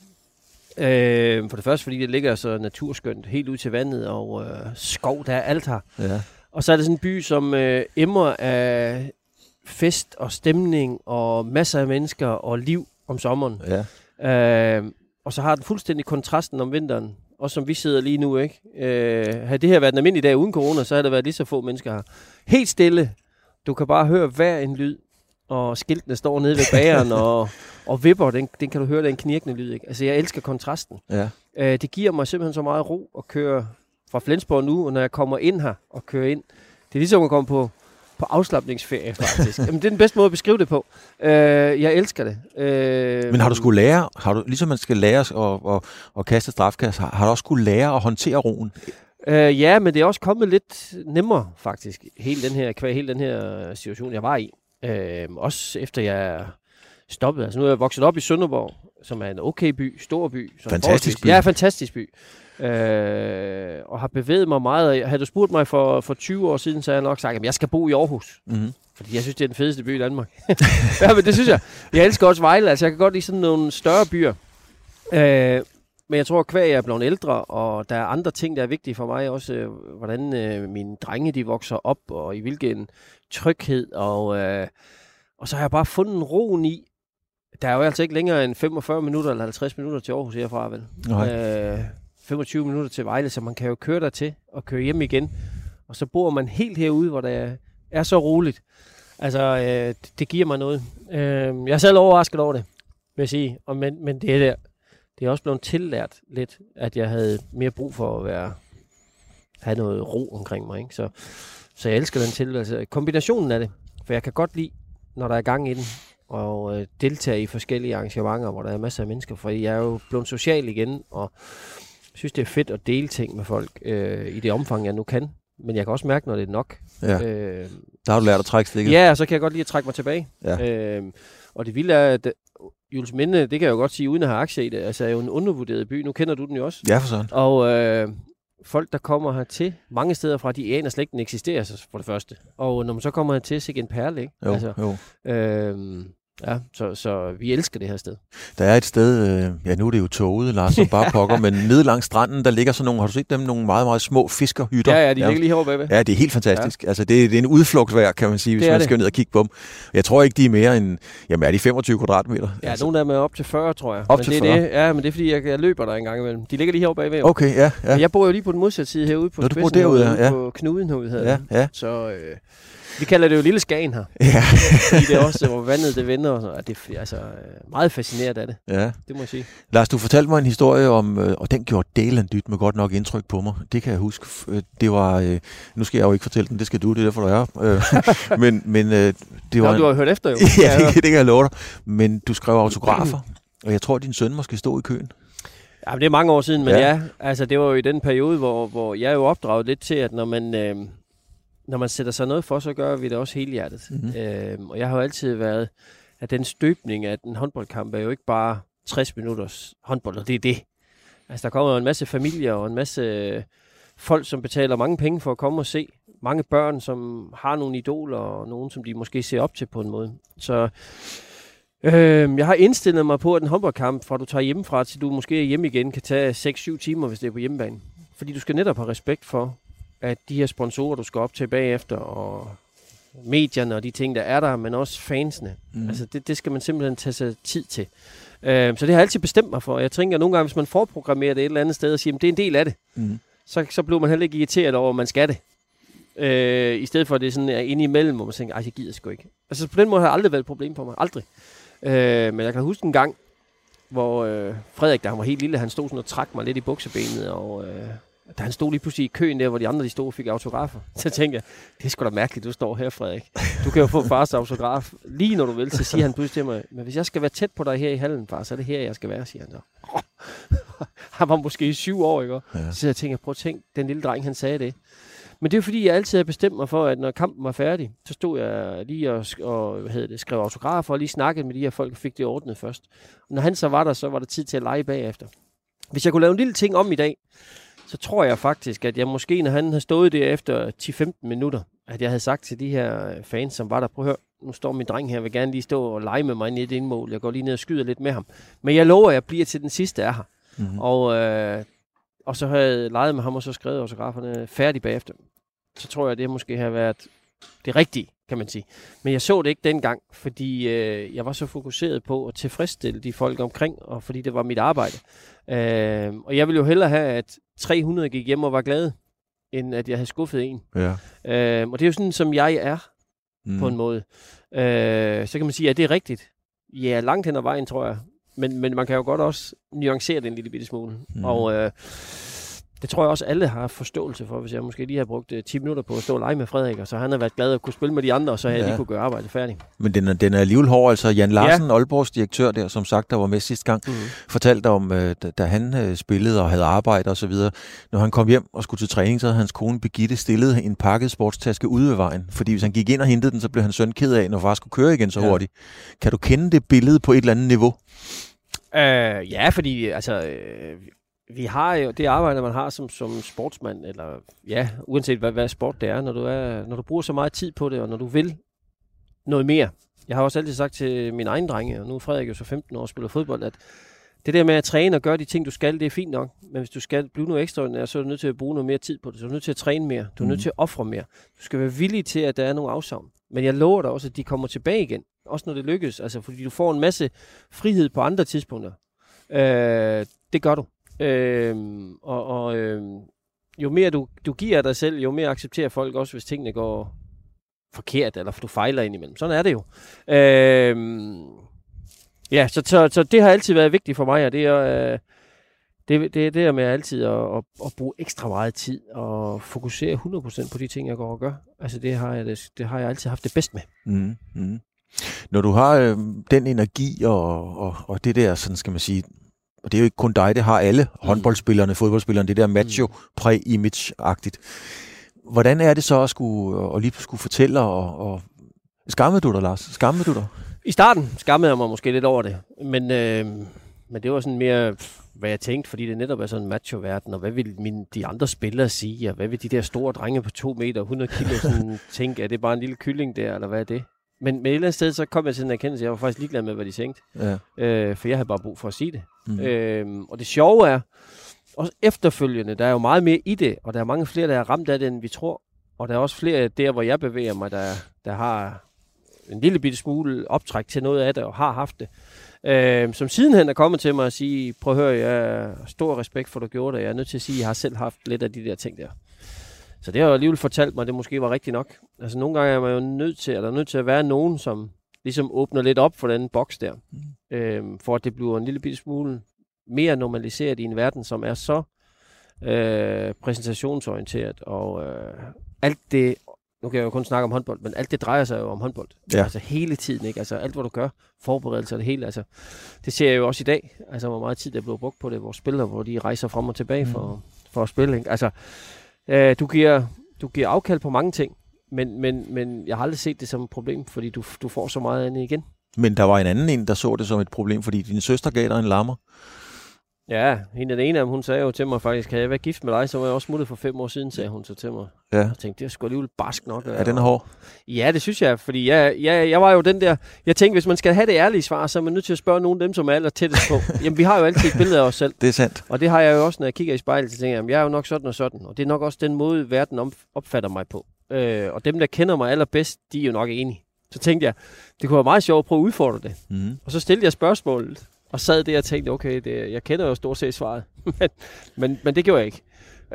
Øh, for det første, fordi det ligger så naturskønt, helt ud til vandet, og øh, skov, der er alt her. Ja. Og så er det sådan en by, som øh, emmer af fest og stemning, og masser af mennesker og liv om sommeren. Ja. Øh, og så har den fuldstændig kontrasten om vinteren, også som vi sidder lige nu, ikke? Øh, havde det her været en almindelig dag uden corona, så havde der været lige så få mennesker her. Helt stille. Du kan bare høre hver en lyd, og skiltene står nede ved bageren, og, og vipper, den, den kan du høre, den knirkende lyd, ikke? Altså, jeg elsker kontrasten. Ja. Øh, det giver mig simpelthen så meget ro at køre fra Flensborg nu, og når jeg kommer ind her og kører ind, det er ligesom at komme på, på afslapningsferie, faktisk. Jamen, det er den bedste måde at beskrive det på. Øh, jeg elsker det. Øh, Men har du skulle lære, har du, ligesom man skal lære at, at, at kaste strafkast, har, har du også skulle lære at håndtere roen? Øh, ja, men det er også kommet lidt nemmere, faktisk, hele den her, kvæg, hele den her situation, jeg var i. Øh, også efter jeg stoppede. Altså nu er jeg vokset op i Sønderborg, som er en okay by, stor by. Fantastisk by. Ja, fantastisk by. Øh, og har bevæget mig meget. Havde du spurgt mig for, for tyve år siden, så havde jeg nok sagt, at jeg skal bo i Aarhus. Mm-hmm. Fordi jeg synes, det er den fedeste by i Danmark. Ja, men det synes jeg. Jeg elsker også Vejle. Altså, jeg kan godt lide sådan nogle større byer. Øh, men jeg tror, at kvæg er blevet ældre, og der er andre ting, der er vigtige for mig. Også øh, hvordan øh, mine drenge de vokser op, og i hvilken tryghed. Og, øh, og så har jeg bare fundet roen i. Der er jo altså ikke længere end femogfyrre minutter eller halvtreds minutter til Aarhus herfra, vel? Øh, femogtyve minutter til Vejle, så man kan jo køre der til og køre hjem igen. Og så bor man helt herude, hvor det er så roligt. Altså, øh, det giver mig noget. Øh, jeg er selv overrasket over det, vil jeg sige. Og men, men det er der. Det er også blevet tillært lidt, at jeg havde mere brug for at være, have noget ro omkring mig. Ikke? Så, så jeg elsker den til. Altså, kombinationen af det. For jeg kan godt lide, når der er gang i den, og øh, deltage i forskellige arrangementer, hvor der er masser af mennesker. For jeg er jo blevet social igen, og synes, det er fedt at dele ting med folk øh, i det omfang, jeg nu kan. Men jeg kan også mærke, når det er nok. Ja. Øh, Der har du lært at trække stikket. ja, og så kan jeg godt lide at trække mig tilbage. Ja. Øh, og det vilde er, at Juelsminde, det kan jeg jo godt sige, uden at have aktie i det, altså er jo en undervurderet by. Nu kender du den jo også. Ja, for sådan. Og øh, folk, der kommer hertil, mange steder fra, de aner slet ikke, den eksisterer så for det første. Og når man så kommer hertil, så er det en perle, ikke? Jo, altså, jo. Øh, ja, så, så vi elsker det her sted. Der er et sted, øh, ja nu er det jo tåget, Lars, som bare pokker, men nede langs stranden, der ligger sådan nogle, har du set dem, nogle meget, meget små fiskerhytter? Ja, ja, de ligger lige herovre bagved. Ja, det er helt fantastisk. Ja. Altså, det, det er en udflugt værd, kan man sige, hvis man det. skal ned og kigge på dem. Jeg tror ikke, de er mere end, jamen er de femogtyve kvadratmeter? Ja, altså. nogle af dem er op til fyrre, tror jeg. Op men til det er fyrre? det, ja, men det er fordi, jeg, jeg løber der en gang imellem. De ligger lige herovre bagved. Okay, ja. ja. Men jeg bor jo lige på den modsatte side herude på Nå, du bor spidsen, derude, herude ja. på Knuden herude. Hedder Ja, ja. Så øh, vi kalder det jo Lille Skagen her. Ja. Fordi det er også, hvor vandet det vender. Og sådan. Det er altså meget fascineret af det. Ja. Det må jeg sige. Lars, du fortalte mig en historie om, øh, og den gjorde delen dyt med godt nok indtryk på mig. Det kan jeg huske. Det var, øh, nu skal jeg jo ikke fortælle den, det skal du, det er derfor, du er. Øh, men men øh, det var... Nå, du har hørt efter jo. ja, det, det kan jeg love dig. Men du skrev autografer, og jeg tror, at din søn måske stod i køen. Ja, men det er mange år siden, men ja, ja altså det var jo i den periode, hvor, hvor jeg er jo opdraget lidt til, at når man... Øh, Når man sætter sig noget for, så gør vi det også helhjertet. Mm-hmm. Øhm, og jeg har jo altid været, at den støbning af en håndboldkamp er jo ikke bare tres minutters håndbold, og det er det. Altså der kommer jo en masse familier og en masse folk, som betaler mange penge for at komme og se. Mange børn, som har nogle idoler, og nogen, som de måske ser op til på en måde. Så øh, jeg har indstillet mig på, at en håndboldkamp, fra du tager hjemmefra til du måske er hjemme igen, kan tage seks syv timer, hvis det er på hjemmebane. Fordi du skal netop have respekt for, at de her sponsorer, du skal op til bagefter, og medierne og de ting, der er der, men også fansene. Mm. Altså det, det skal man simpelthen tage sig tid til. Øh, så det har jeg altid bestemt mig for. Jeg tænker, at nogle gange, hvis man forprogrammerer det et eller andet sted og siger, at det er en del af det, mm. så, så bliver man heller ikke irriteret over, at man skal det. Øh, I stedet for, at det er sådan er inde imellem, hvor man tænker, ej, jeg gider sgu ikke. Altså på den måde har det aldrig været et problem for mig. Aldrig. Øh, men jeg kan huske en gang, hvor øh, Frederik, der han var helt lille, han stod sådan og trak mig lidt i buksebenet, og øh, da han stod lige pludselig i køen der, hvor de andre de stod og fik autografer, så tænkte jeg, det er sgu da mærkeligt, du står her, Frederik. Du kan jo få fars autograf lige når du vil. Så siger han pludselig til mig, men hvis jeg skal være tæt på dig her i hallen, far, så er det her, jeg skal være, siger han så. Han var måske i syv år, ikke? Ja. Så jeg tænker, prøv at tænke, den lille dreng, han sagde det. Men det er fordi, jeg altid har bestemt mig for, at når kampen var færdig, så stod jeg lige og, og hvad hedder det, skrev autografer og lige snakkede med de her folk og fik det ordnet først. Og når han så var der, så var der tid til at lege bagefter. Hvis jeg kunne lave en lille ting om i dag, så tror jeg faktisk, at jeg måske, når han havde stået der efter ti femten minutter, at jeg havde sagt til de her fans, som var der, prøv at høre, nu står min dreng her, jeg vil gerne lige stå og lege med mig i et indmål. Jeg går lige ned og skyder lidt med ham. Men jeg lover, at jeg bliver til den sidste af her. Mm-hmm. Og, øh, og så havde jeg leget med ham, og så skrevet autograferne færdig bagefter. Så tror jeg, at det måske har været det rigtige, kan man sige. Men jeg så det ikke dengang, fordi øh, jeg var så fokuseret på at tilfredsstille de folk omkring, og fordi det var mit arbejde. Øh, og jeg ville jo hellere have, at tre hundrede gik hjem og var glade, end at jeg havde skuffet en. Ja. Øh, og det er jo sådan, som jeg er, mm. på en måde. Øh, så kan man sige, at det er rigtigt. Ja, langt hen ad vejen, tror jeg. Men, men man kan jo godt også nuancere det en lille bitte smule. Mm. Og øh, det tror jeg også, alle har forståelse for, hvis jeg måske lige har brugt ti minutter på at stå og lege med Frederik, og så han har været glad at kunne spille med de andre, og så har ja. jeg lige kunne gøre arbejdet færdigt. Men den er, den er alligevel hård. Altså Jan Larsen, ja. Aalborgs direktør der, som sagt, der var med sidste gang, mm-hmm. fortalte om, øh, da, da han øh, spillede og havde arbejde og så videre. Når han kom hjem og skulle til træning, så havde hans kone Birgitte stillet en pakket sportstaske ude ved vejen. Fordi hvis han gik ind og hentede den, så blev han søn ked af, når far skulle køre igen så ja. hurtigt. Kan du kende det billede på et eller andet niveau? Øh, ja, fordi altså... Øh, vi har jo det arbejde, man har som, som sportsmand, eller ja, uanset hvad, hvad sport det er, når du, er, når du bruger så meget tid på det, og når du vil noget mere. Jeg har også altid sagt til mine egne drenge, og nu er Frederik jo så femten år og spiller fodbold, at det der med at træne og gøre de ting, du skal, det er fint nok. Men hvis du skal blive noget ekstraordinært, så er du nødt til at bruge noget mere tid på det. Så er du nødt til at træne mere. Du er mm. nødt til at ofre mere. Du skal være villig til, at der er nogle afsavn. Men jeg lover dig også, at de kommer tilbage igen. Også når det lykkes. Altså, fordi du får en masse frihed på andre tidspunkter. Øh, det gør du. Øhm, og og øhm, jo mere du, du giver dig selv, jo mere accepterer folk også, hvis tingene går forkert, eller du fejler indimellem. Sådan er det jo. Øhm, ja, så, så, så det har altid været vigtigt for mig, og det er øh, det, det, det er med altid at, at, at bruge ekstra meget tid og fokusere hundrede procent på de ting, jeg går og gør. Altså det har jeg, det, det har jeg altid haft det bedst med. Mm, mm. Når du har øh, den energi og, og, og det der, sådan skal man sige, og det er jo ikke kun dig, det har alle håndboldspillerne, fodboldspillerne, det der macho-præ-image-agtigt. Hvordan er det så at, skulle, at lige skulle fortælle, og, og skammede du dig, Lars? Skammede du dig? I starten skammede jeg mig måske lidt over det, men, øh, men det var sådan mere, hvad jeg tænkte, fordi det netop er sådan en macho-verden, og hvad vil mine, de andre spillere sige, og hvad vil de der store drenge på to meter og hundrede kilo sådan tænke, er det bare en lille kylling der, eller hvad er det? Men med et eller andet sted, så kom jeg til en erkendelse, jeg var faktisk ligeglad med, hvad de tænkte. Ja. Øh, for jeg havde bare brug for at sige det. Mm. Øh, og det sjove er, også efterfølgende, der er jo meget mere i det, og der er mange flere, der er ramt af det, end vi tror. Og der er også flere der, hvor jeg bevæger mig, der, der har en lille bitte smule optræk til noget af det, og har haft det. Øh, som sidenhen er kommet til mig og sige, prøv at høre, jeg har stor respekt for, at du gjorde det. Jeg er nødt til at sige, at jeg har selv haft lidt af de der ting der. Så det har jo alligevel fortalt mig, at det måske var rigtigt nok. Altså nogle gange er man jo nødt til, eller nødt til at være nogen, som ligesom åbner lidt op for den boks der. Mm. Øhm, for at det bliver en lille bitte smule mere normaliseret i en verden, som er så øh, præsentationsorienteret. Og øh, alt det, nu kan jeg jo kun snakke om håndbold, men alt det drejer sig jo om håndbold. Ja. Altså hele tiden, ikke? Altså alt, hvad du gør, forberedelser og det hele. Altså, det ser jeg jo også i dag. Altså hvor meget tid der bliver brugt på det. Vores spillere, hvor de rejser frem og tilbage mm. for, for at spille, ikke? Altså, Uh, du, giver, du giver afkald på mange ting, men, men, men jeg har aldrig set det som et problem, fordi du, du får så meget andet igen. Men der var en anden en, der så det som et problem, fordi din søster gav dig en lammer. Ja, hende den ene af dem, hun sagde jo til mig faktisk, kan jeg være gift med dig, så var jeg også smuttet for fem år siden, sagde hun så til mig. Ja. Jeg tænkte, det er sgu alligevel barsk nok. Er den hård? Ja, det synes jeg, fordi jeg, jeg, jeg var jo den der, jeg tænkte, hvis man skal have det ærlige svar, så er man nødt til at spørge nogen af dem, som er aller tættest på. Jamen, vi har jo altid et billede af os selv. Det er sandt. Og det har jeg jo også, når jeg kigger i spejlet, så tænker jeg, jamen, jeg er jo nok sådan og sådan, og det er nok også den måde, verden opfatter mig på. Øh, og dem, der kender mig allerbedst, de er jo nok enige. Så tænkte jeg, det kunne være meget sjovt at prøve at udfordre det. Mm. Og så stillede jeg spørgsmålet, og sad der og tænkte, okay, det, jeg kender jo stort set svaret. men, men, men det gjorde jeg ikke.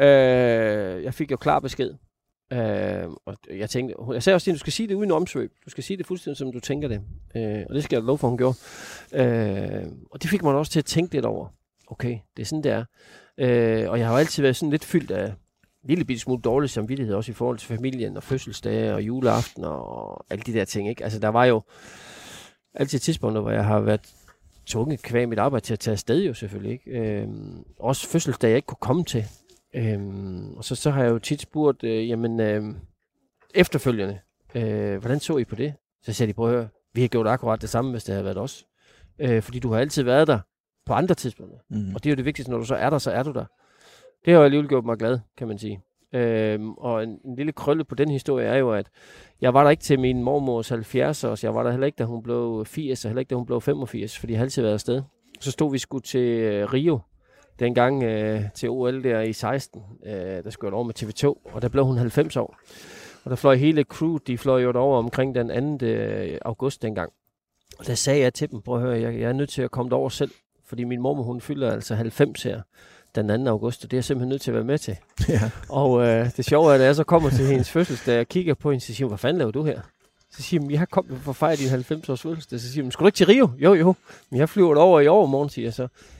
Øh, jeg fik jo klar besked. Øh, og jeg tænkte, jeg sagde også, at du skal sige det uden omsvøb. Du skal sige det fuldstændig, som du tænker det. Øh, og det skal jeg love for, hun gjorde. Øh, og det fik mig også til at tænke lidt over. Okay, det er sådan, det er. Øh, og jeg har jo altid været sådan lidt fyldt af lille bitte smule dårlig samvittighed, også i forhold til familien og fødselsdage og juleaften og alle de der ting, ikke? Altså, der var jo altid tidspunkter, hvor jeg har været tvunget kvæg mit arbejde til at tage afsted jo selvfølgelig, ikke? Øhm, også fødselsdag, jeg ikke kunne komme til. Øhm, og så, så har jeg jo tit spurgt, øh, jamen, øh, efterfølgende, øh, hvordan så I på det? Så siger de, prøv at høre, vi har gjort akkurat det samme, hvis det havde været os. Øh, fordi du har altid været der på andre tidspunkter. Mm. Og det er jo det vigtigste, når du så er der, så er du der. Det har jo alligevel gjort mig glad, kan man sige. Øhm, og en, en lille krølle på den historie er jo, at jeg var der ikke til min mormors halvfjerds års, jeg var der heller ikke, da hun blev firs, og heller ikke, da hun blev femogfirs, fordi jeg har altid været afsted. Så stod vi sgu til øh, Rio, dengang øh, til O L der i seksten, øh, der skulle jeg over med T V to, og der blev hun halvfems år. Og der fløj hele crew, de fløj jo over omkring den anden august dengang. Og der sagde jeg til dem, prøv at høre, jeg, jeg er nødt til at komme derover selv, fordi min mormor, hun fylder altså halvfems her den anden august, og det er jeg simpelthen nødt til at være med til. Ja. Og øh, det sjove er, at jeg så kommer til hendes fødselsdag og kigger på hende, så siger hun, hvad fanden laver du her? Så siger hun, jeg har kommet for at fejre din halvfems års fødselsdag. Så siger hun, skal du ikke til Rio? Jo, jo. Men jeg flyver over i overmorgen, siger jeg så.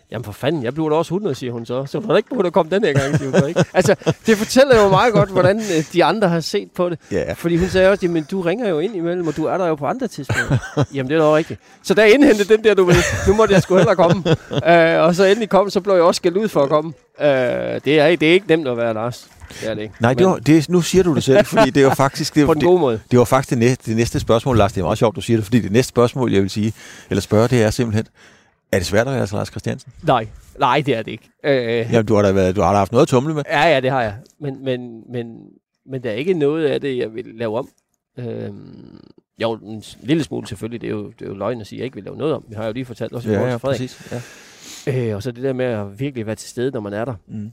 Jamen for fanden, jeg blev da også hundrede, siger hun så. Så du har ikke behøvet at komme den her gang, siger hun så, ikke? Altså, det fortæller jo meget godt, hvordan øh, de andre har set på det. Yeah. Fordi hun sagde også, jamen du ringer jo ind imellem, og du er der jo på andre tidspunkter. Jamen det er da rigtigt. Så der indhentede den der, du ved, nu måtte jeg sgu hellere komme. Uh, og så endelig kom, så blev jeg også skældt ud for at komme. Uh, det, er, det er ikke nemt at være Lars. Det er det ikke. Nej, det var, det, nu siger du det selv, fordi det var faktisk... Det, på den gode måde. Det, det var faktisk det næste, det næste spørgsmål, Lars. Det er meget sjovt, du siger det, fordi det næste spørgsmål, jeg vil sige, eller spørge, det er simpelthen, er det svært at være Lars Christiansen? Nej, nej, det er det ikke. Øh, Jamen, du har da været, du har da haft noget at tumle med. Ja, ja, det har jeg. Men, men, men, men der er ikke noget af det, jeg vil lave om. Øh, jo, en lille smule selvfølgelig. Det er jo, det er jo løgn at sige, at jeg ikke vil lave noget om. Vi har jo lige fortalt også i ja, forhold ja, til Frederik. præcis. Ja. Øh, og så det der med at virkelig være til stede, når man er der. Mm.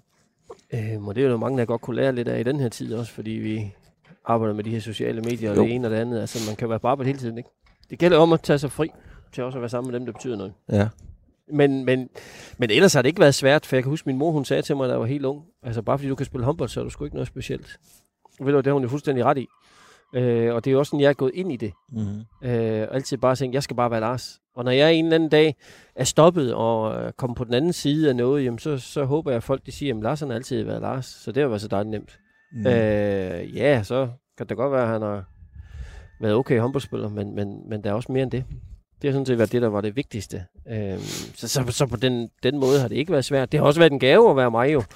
Øh, og det er jo mange, der godt kunne lære lidt af i den her tid også, fordi vi arbejder med de her sociale medier og jo. det ene og det andet. Altså, man kan være på arbejde hele tiden, ikke? Det gælder om at tage sig fri til også at være sammen med dem, der betyder noget. Ja. Men, men, men ellers har det ikke været svært, for jeg kan huske, min mor, hun sagde til mig, da jeg var helt ung, altså bare fordi du kan spille håndbold, så er du sgu ikke noget specielt. Og ved du, det har hun jo fuldstændig ret i. Øh, og det er jo også sådan, jeg er gået ind i det. Mm-hmm. Øh, og altid bare tænkt, jeg skal bare være Lars. Og når jeg en eller anden dag er stoppet og øh, kommer på den anden side af noget, jamen så, så håber jeg, at folk de siger, at Lars har altid været Lars. Så det har været så dejligt nemt. Mm. Øh, ja, så kan det godt være, at han har været okay håndboldspiller, men, men, men der er også mere end det. Det har sådan set været det, der var det vigtigste. Øh, så, så, så på den, den måde har det ikke været svært. Det har også været en gave at være mig jo.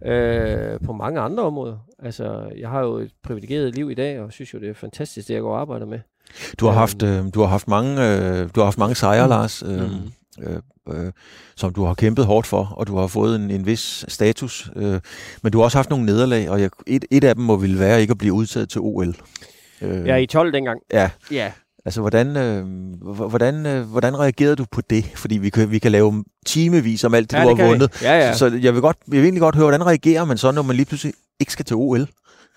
Øh, på mange andre områder. Altså, jeg har jo et privilegeret liv i dag, og synes jo, det er fantastisk, det jeg går og arbejder med. Du har haft, øh, du har haft mange, øh, du har haft mange sejre, mm. Lars, øh, mm. øh, øh, som du har kæmpet hårdt for, og du har fået en, en vis status. Øh, men du har også haft nogle nederlag, og jeg, et, et af dem må ville være ikke at blive udtaget til O L. Øh, ja, i tolv dengang. Ja. Ja. Altså, hvordan, øh, hvordan, øh, hvordan reagerede du på det? Fordi vi kan, vi kan lave timevis om alt det, ja, du det har vundet. Ja, ja. Så, så jeg vil godt, jeg vil egentlig godt høre, hvordan reagerer man så, når man lige pludselig ikke skal til O L?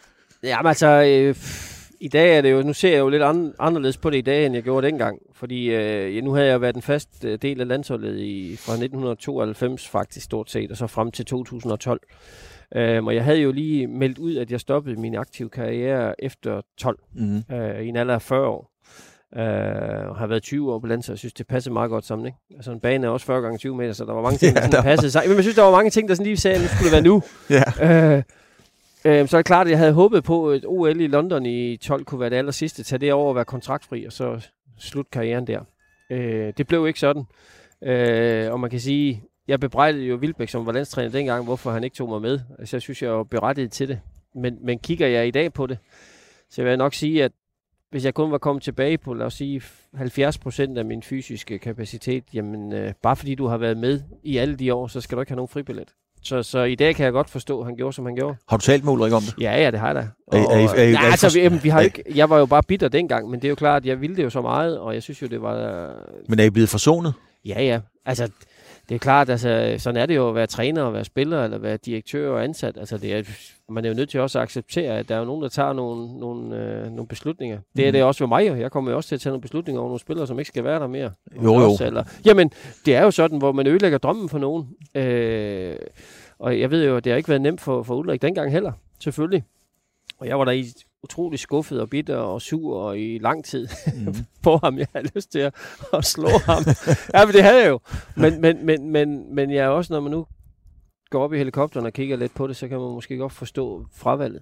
Jamen altså, øh, i dag er det jo, nu ser jeg jo lidt an, anderledes på det i dag, end jeg gjorde dengang. Fordi øh, nu havde jeg været en fast del af landsholdet i, fra nitten tooghalvfems faktisk stort set, og så frem til to tusind og tolv. Øh, og jeg havde jo lige meldt ud, at jeg stoppede min aktive karriere efter tolv, mm. øh, i en alder af fyrre år. Uh, har været tyve år på landsholdet, jeg synes, det passede meget godt sammen, ikke? Altså en bane er også fyrre gange tyve meter, så der var mange ting, der, ja, der passede sig. Men jeg synes, der var mange ting, der sådan lige sagde, at nu skulle det være nu. Yeah. Uh, uh, så er det klart, at jeg havde håbet på, at O L i London i tolv kunne være det aller sidste, tage det over og være kontraktfri, og så slutte karrieren der. Uh, det blev ikke sådan. Uh, og man kan sige, jeg bebrejdede jo Wilbæk, som var landstræner dengang, hvorfor han ikke tog mig med. Altså jeg synes, jeg var berettiget til det. Men, men kigger jeg i dag på det, så vil jeg nok sige, at hvis jeg kun var kommet tilbage på, lad os sige, halvfjerds procent af min fysiske kapacitet, jamen øh, bare fordi du har været med i alle de år, så skal du ikke have nogen fribillet. Så, så i dag kan jeg godt forstå, at han gjorde, som han gjorde. Har du talt med Ulrik om det? Ja, ja, det har jeg da. Og, er, er, er, er, nej, altså, vi, vi har ikke, jeg var jo bare bitter dengang, men det er jo klart, at jeg ville det jo så meget, og jeg synes jo, det var... Men er I blevet forsonet? Ja, ja. Altså, det er klart, altså, sådan er det jo at være træner, og være spiller, eller være direktør og ansat. Altså, det er, man er jo nødt til også at acceptere, at der er jo nogen, der tager nogle, nogle, øh, nogle beslutninger. Det er mm. det også ved mig, og jeg kommer jo også til at tage nogle beslutninger over nogle spillere, som ikke skal være der mere. Jo, jo. Også, eller, jamen, det er jo sådan, hvor man ødelægger drømmen for nogen. Øh, og jeg ved jo, at det har ikke været nemt for, for Ulrik dengang heller, selvfølgelig. Og jeg var der i utrolig skuffet og bitter og sur og i lang tid mm. på ham. Jeg havde lyst til at, at slå ham. Ja, men det havde jeg jo. Men, men, men, men, men jeg er også, når man nu går op i helikopteren og kigger lidt på det, så kan man måske godt forstå fravalget.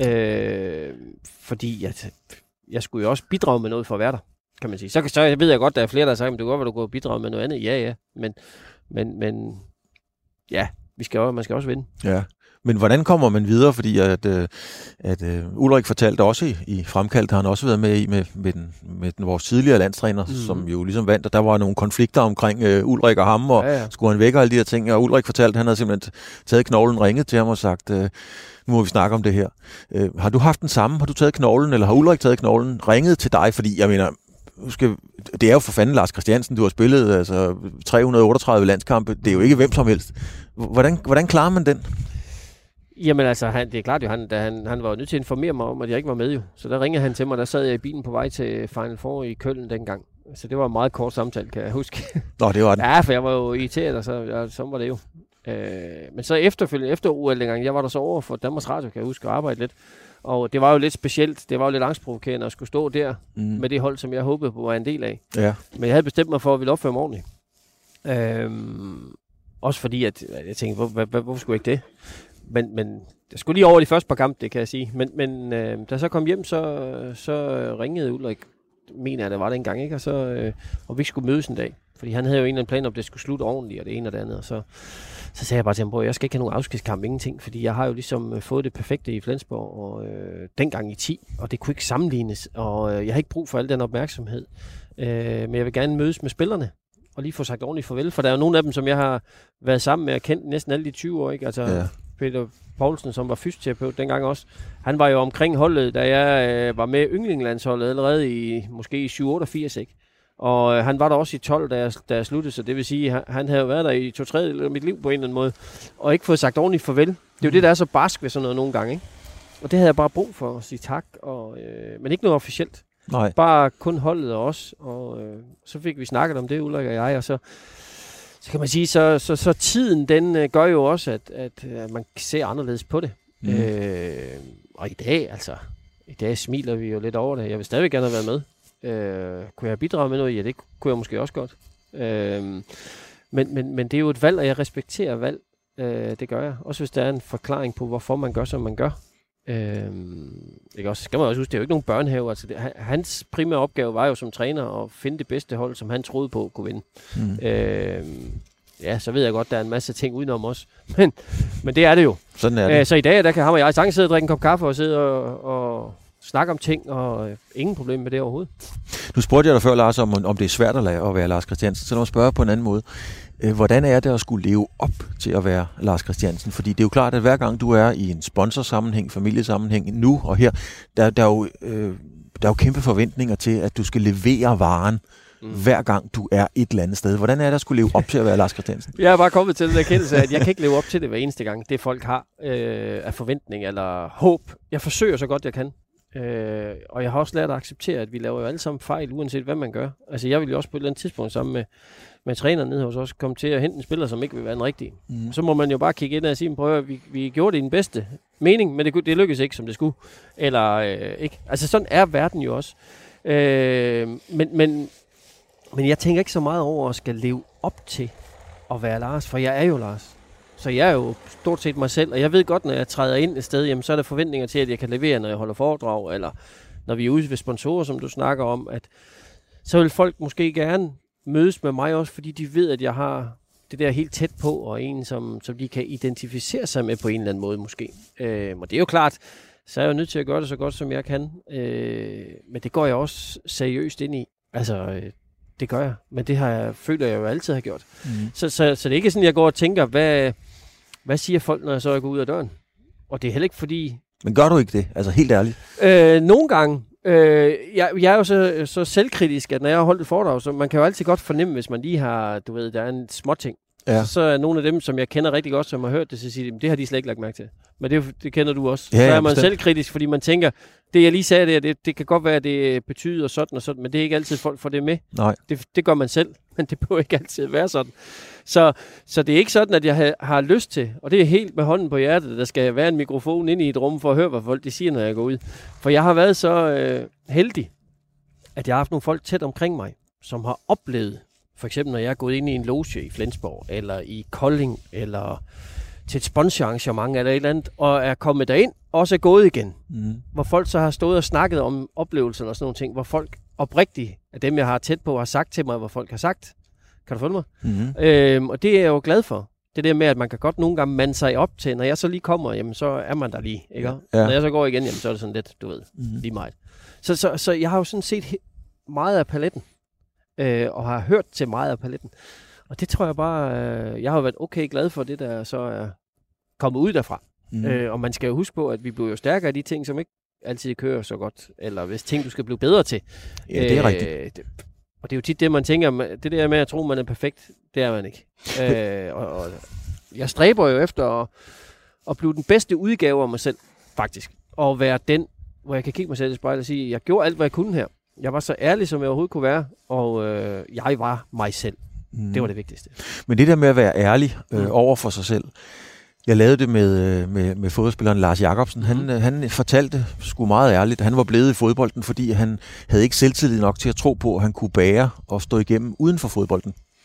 Øh, fordi jeg, jeg skulle jo også bidrage med noget for at være der, kan man sige. Så, så ved jeg godt, at der er flere, der har sagt, at det går godt, at du går og bidrage med noget andet. Ja, ja. Men, men, men ja, vi skal jo, man skal også vinde. Ja. Men hvordan kommer man videre? Fordi at, at, at uh, Ulrik fortalte også i, i Fremkaldt, har han også været med i med, med, den, med den, vores tidligere landstræner, mm. som jo ligesom vandt, og der var nogle konflikter omkring uh, Ulrik og ham, og ja, ja. skulle han væk og alle de her ting, og Ulrik fortalte, at han havde simpelthen taget knoglen, ringet til ham og sagt, uh, nu må vi snakke om det her. Uh, har du haft den samme? Har du taget knoglen, eller har Ulrik taget knoglen, ringet til dig? Fordi jeg mener, skal, det er jo for fanden Lars Christiansen, du har spillet altså tre hundrede otteogtredive landskampe, det er jo ikke hvem som helst. Hvordan, hvordan klarer man den? Jamen altså, han, det er klart jo, han, da han, han var jo nødt til at informere mig om, at jeg ikke var med jo. Så der ringede han til mig, der sad jeg i bilen på vej til Final Four i Køln dengang. Så det var en meget kort samtale, kan jeg huske. Nå, det var den. Ja, for jeg var jo irriteret, og så, ja, så var det jo. Øh, men så efterfølgende, efter O L dengang, jeg var der så over for Danmarks Radio, kan jeg huske, og arbejde lidt. Og det var jo lidt specielt, det var jo lidt angstprovokerende at skulle stå der mm. med det hold, som jeg håbede på var en del af. Ja. Men jeg havde bestemt mig for, at vi ville opføre mig ordentligt. Øh, også fordi, at jeg tænkte, hvor, hvor, hvor, hvorfor skulle jeg ikke det? Men, men jeg skulle lige over de første par kampe, det kan jeg sige. Men, men øh, da jeg så kom hjem, så, så ringede Ulrik, mener jeg, der var det engang, ikke? Og, så, øh, og vi ikke skulle mødes en dag. Fordi han havde jo en eller anden plan om, det skulle slutte ordentligt, og det ene og det andet. Og så, så sagde jeg bare til ham, bror, jeg skal ikke have nogen afskedskamp, ingenting. Fordi jeg har jo ligesom fået det perfekte i Flensborg, og øh, dengang i ti, og det kunne ikke sammenlignes. Og øh, jeg har ikke brug for al den opmærksomhed. Øh, men jeg vil gerne mødes med spillerne, og lige få sagt ordentligt farvel. For der er jo nogle af dem, som jeg har været sammen med og kendt næsten alle de tyve år, ikke? Altså ja. Peter Poulsen, som var fysioterapeut dengang også. Han var jo omkring holdet, da jeg øh, var med yndlinglandsholdet allerede i måske i syv otteogfirs, ikke? Og øh, han var der også i tolv, da jeg, da jeg sluttede, så det vil sige, han, han havde været der i to tredjedel af mit liv på en eller anden måde, og ikke fået sagt ordentligt farvel. Det er jo det, der er så barsk ved sådan noget nogle gange, ikke? Og det havde jeg bare brug for at sige tak, og, øh, men ikke noget officielt. Nej. Bare kun holdet og os, og øh, så fik vi snakket om det, Ulrik og jeg, og så, så kan man sige, så, så, så tiden, den øh, gør jo også, at, at, at man ser anderledes på det. Mm. Øh, og i dag, altså, i dag smiler vi jo lidt over det. Jeg vil stadig gerne have været med. Øh, kunne jeg bidrage med noget? Ja, det kunne jeg måske også godt. Øh, men, men, men det er jo et valg, og jeg respekterer valg. Øh, det gør jeg. Også hvis der er en forklaring på, hvorfor man gør, som man gør. Øhm, ikke også, skal man også huske, det er jo ikke nogen børnehave. Altså det, hans primære opgave var jo som træner at finde det bedste hold, som han troede på kunne vinde. Mm. Øhm, ja, så ved jeg godt, der er en masse ting udenom os. Men, men det er det jo. Sådan er det. Øh, så i dag, der kan ham og jeg sagtens sidde og drikke en kop kaffe og sidde og, og snakke om ting, og øh, ingen problem med det overhovedet. Nu spurgte jeg dig før, Lars, om, om det er svært at, lade, at være Lars Christiansen. Så lad mig spørge på en anden måde. Hvordan er det at skulle leve op til at være Lars Christiansen? Fordi det er jo klart, at hver gang du er i en sponsorsammenhæng, familiesammenhæng, nu og her, der, der, er, jo, øh, der er jo kæmpe forventninger til, at du skal levere varen, mm. hver gang du er et eller andet sted. Hvordan er det at skulle leve op til at være Lars Christiansen? Jeg er bare kommet til den erkendelse, at jeg kan ikke leve op til det hver eneste gang. Det folk har øh, af forventning eller håb. Jeg forsøger så godt jeg kan. Øh, og jeg har også lært at acceptere, at vi laver jo alle sammen fejl, uanset hvad man gør. Altså jeg vil jo også på et eller andet tidspunkt sammen med med træneren nede hos os, komme til at hente en spiller, som ikke vil være den rigtige. Mm. Så må man jo bare kigge ind og sige, prøv at vi, vi gjorde det i den bedste mening, men det, det lykkedes ikke, som det skulle. Eller øh, ikke. Altså sådan er verden jo også. Øh, men, men, men jeg tænker ikke så meget over at skal leve op til at være Lars, for jeg er jo Lars. Så jeg er jo stort set mig selv, og jeg ved godt, når jeg træder ind et sted, jamen, så er der forventninger til, at jeg kan levere, når jeg holder foredrag, eller når vi er ude ved sponsorer, som du snakker om, at så vil folk måske gerne mødes med mig også, fordi de ved, at jeg har det der helt tæt på, og en, som, som de kan identificere sig med på en eller anden måde måske. Øh, og det er jo klart, så er jeg jo nødt til at gøre det så godt, som jeg kan. Øh, men det går jeg også seriøst ind i. Altså, øh, det gør jeg. Men det har jeg, føler jeg jo altid har gjort. Mm. Så, så, så det er ikke sådan, jeg går og tænker, hvad, hvad siger folk, når jeg så går ud af døren? Og det er heller ikke fordi... Men gør du ikke det? Altså helt ærligt? Øh, nogle gange. Øh, jeg, jeg er jo så, så selvkritisk, at når jeg har holdt et foredrag, så man kan jo altid godt fornemme, hvis man lige har, du ved, der er en småting. Ja. Så, så er nogle af dem, som jeg kender rigtig godt, som har hørt det, så siger de, det har de slet ikke lagt mærke til. Men det, det kender du også. Ja, så er man bestemt selvkritisk, fordi man tænker, det jeg lige sagde, det, det, det kan godt være, at det betyder sådan og sådan, men det er ikke altid folk får det med. Nej. Det, det gør man selv, men det behøver ikke altid være sådan. Så, så det er ikke sådan, at jeg har, har lyst til, og det er helt med hånden på hjertet, at der skal være en mikrofon inde i et rum for at høre, hvad folk de siger, når jeg går ud. For jeg har været så øh, heldig, at jeg har haft nogle folk tæt omkring mig, som har oplevet, for eksempel når jeg er gået ind i en loge i Flensborg, eller i Kolding, eller til et sponsorarrangement eller et eller andet, og er kommet derind, og også er gået igen. Mm. Hvor folk så har stået og snakket om oplevelserne og sådan nogle ting, hvor folk oprigtigt, af dem jeg har tæt på, har sagt til mig, hvad folk har sagt. Kan du følge mig? Mm-hmm. Øhm, og det er jeg jo glad for. Det der med, at man kan godt nogle gange mande sig op til, når jeg så lige kommer, jamen så er man der lige, ikke? Ja. Når jeg så går igen, jamen så er det sådan lidt, du ved, mm-hmm. lige meget. Så, så, så jeg har jo sådan set meget af paletten, øh, og har hørt til meget af paletten. Og det tror jeg bare, øh, jeg har været okay glad for det, der så er kommet ud derfra. Mm. Øh, og man skal jo huske på, at vi bliver jo stærkere af de ting, som ikke altid kører så godt, eller hvis ting, du skal blive bedre til. Ja, det er øh, rigtigt. Det, og det er jo tit det, man tænker, det der med at tro, man er perfekt, det er man ikke. øh, og, og jeg stræber jo efter at, at blive den bedste udgave af mig selv, faktisk. Og være den, hvor jeg kan kigge mig selv i spejlet og sige, jeg gjorde alt, hvad jeg kunne her. Jeg var så ærlig, som jeg overhovedet kunne være, og øh, jeg var mig selv. Mm. Det var det vigtigste. Men det der med at være ærlig øh, mm. over for sig selv, jeg lavede det med, med, med fodboldspilleren Lars Jacobsen. Mm. Han, han fortalte sgu meget ærligt, at han var blevet i fodbolden, fordi han havde ikke selvtillid nok til at tro på, at han kunne bære og stå igennem uden for fodbolden.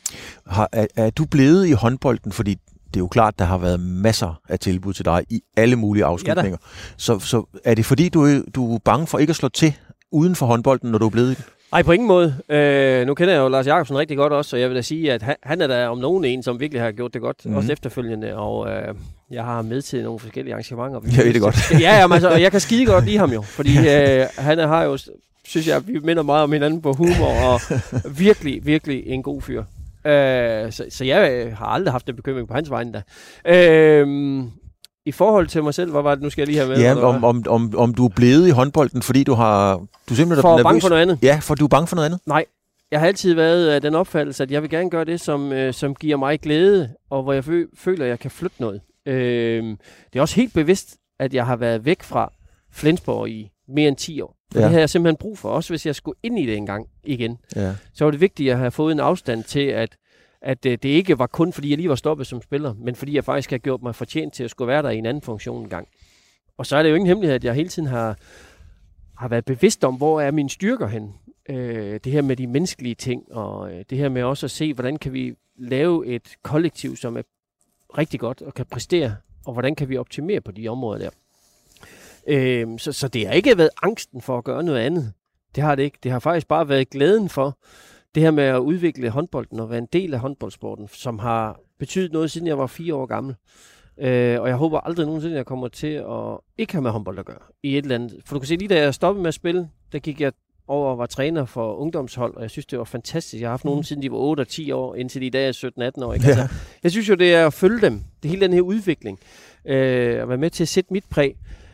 Har, er, er du blevet i håndbolden, fordi det er jo klart, der har været masser af tilbud til dig i alle mulige afslutninger. Ja, så, så er det fordi, du, du er bange for ikke at slå til uden for håndbolden, når du er blevet i den? Nej, på ingen måde. Øh, nu kender jeg jo Lars Jacobsen rigtig godt også, og jeg vil da sige, at han, han er der om nogen en, som virkelig har gjort det godt, mm. også efterfølgende, og øh, jeg har med til nogle forskellige arrangementer. Jeg ved det godt. Ja, jamen, altså, og jeg kan skide godt lide ham jo, fordi øh, han har jo, synes jeg, vi minder meget om hinanden på humor, og virkelig, virkelig en god fyr. Øh, så, så jeg har aldrig haft en bekymring på hans vegne da. Øh, I forhold til mig selv, hvad var det, nu skal jeg lige have med? Ja, om, om, om, om du er blevet i håndbolden, fordi du har... Du simpelthen for er nervøs. bange for noget andet? Ja, for du er bange for noget andet? Nej, jeg har altid været af den opfattelse, at jeg vil gerne gøre det, som, øh, som giver mig glæde, og hvor jeg fø- føler, at jeg kan flytte noget. Øh, det er også helt bevidst, at jeg har været væk fra Flensborg i mere end ti år. Ja. Det havde jeg simpelthen brug for, også hvis jeg skulle ind i det engang igen. Ja. Så var det vigtigt at have fået en afstand til, at at det ikke var kun, fordi jeg lige var stoppet som spiller, men fordi jeg faktisk har gjort mig fortjent til at skulle være der i en anden funktion en gang. Og så er det jo ingen hemmelighed, at jeg hele tiden har, har været bevidst om, hvor er mine styrker hen. Øh, det her med de menneskelige ting, og øh, det her med også at se, hvordan kan vi lave et kollektiv, som er rigtig godt og kan præstere, og hvordan kan vi optimere på de områder der. Øh, så, så det har ikke været angsten for at gøre noget andet. Det har det ikke. Det har faktisk bare været glæden for det her med at udvikle håndbolden og være en del af håndboldsporten, som har betydet noget, siden jeg var fire år gammel. Øh, og jeg håber aldrig nogensinde, at jeg kommer til at ikke have med håndbold at gøre i et eller andet. For du kan se, lige da jeg stoppede med at spille, der gik jeg over og var træner for ungdomshold, og jeg synes, det var fantastisk. Jeg har haft nogen siden de var otte og ti år, indtil i dag er sytten atten år. Ikke? Ja. Altså, jeg synes jo, det er at følge dem. Det er hele den her udvikling. Øh, at være med til at sætte mit præg.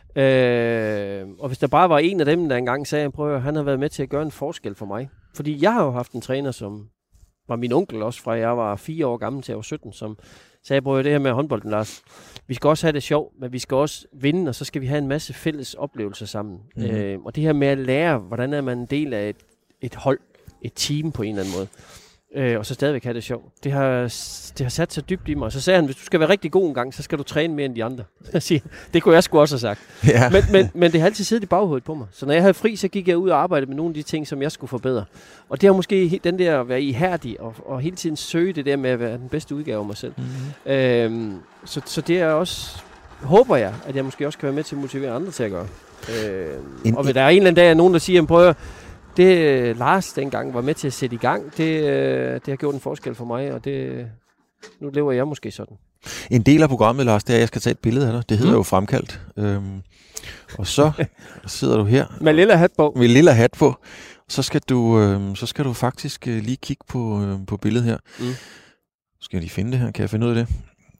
Øh, og hvis der bare var en af dem, der engang sagde, prøv at han har været med til at gøre en forskel for mig. Fordi jeg har jo haft en træner, som var min onkel også, fra jeg var fire år gammel til jeg var sytten, som sagde, prøv at det her med håndbolden, Lars. Vi skal også have det sjovt, men vi skal også vinde, og så skal vi have en masse fælles oplevelser sammen. Mm-hmm. Øh, og det her med at lære, hvordan er man en del af et, et hold, et team på en eller anden måde. Øh, og så stadigvæk have det sjovt. Det har, det har sat sig dybt i mig. Og så sagde han, hvis du skal være rigtig god en gang, så skal du træne mere end de andre. Det kunne jeg sgu også have sagt. Ja. Men, men, men det har altid siddet i baghovedet på mig. Så når jeg havde fri, så gik jeg ud og arbejdede med nogle af de ting, som jeg skulle forbedre. Og det har måske den der at være ihærdig og, og hele tiden søge det der med at være den bedste udgave af mig selv. Mm-hmm. Øhm, så, så det er også, håber jeg, at jeg måske også kan være med til at motivere andre til at gøre. Øhm, en, og der er en eller anden dag, nogen der siger, prøv at det Lars dengang var med til at sætte i gang, det, det har gjort en forskel for mig, og det, nu lever jeg måske sådan. En del af programmet, Lars, det er, at jeg skal tage et billede af dig. Det hedder mm. jo Fremkaldt. Øhm, og så sidder du her. Med lille hat på. Med lille hat på. Så skal du, øhm, så skal du faktisk øh, lige kigge på, øh, på billedet her. Mm. Skal jeg lige finde det her? Kan jeg finde ud af det?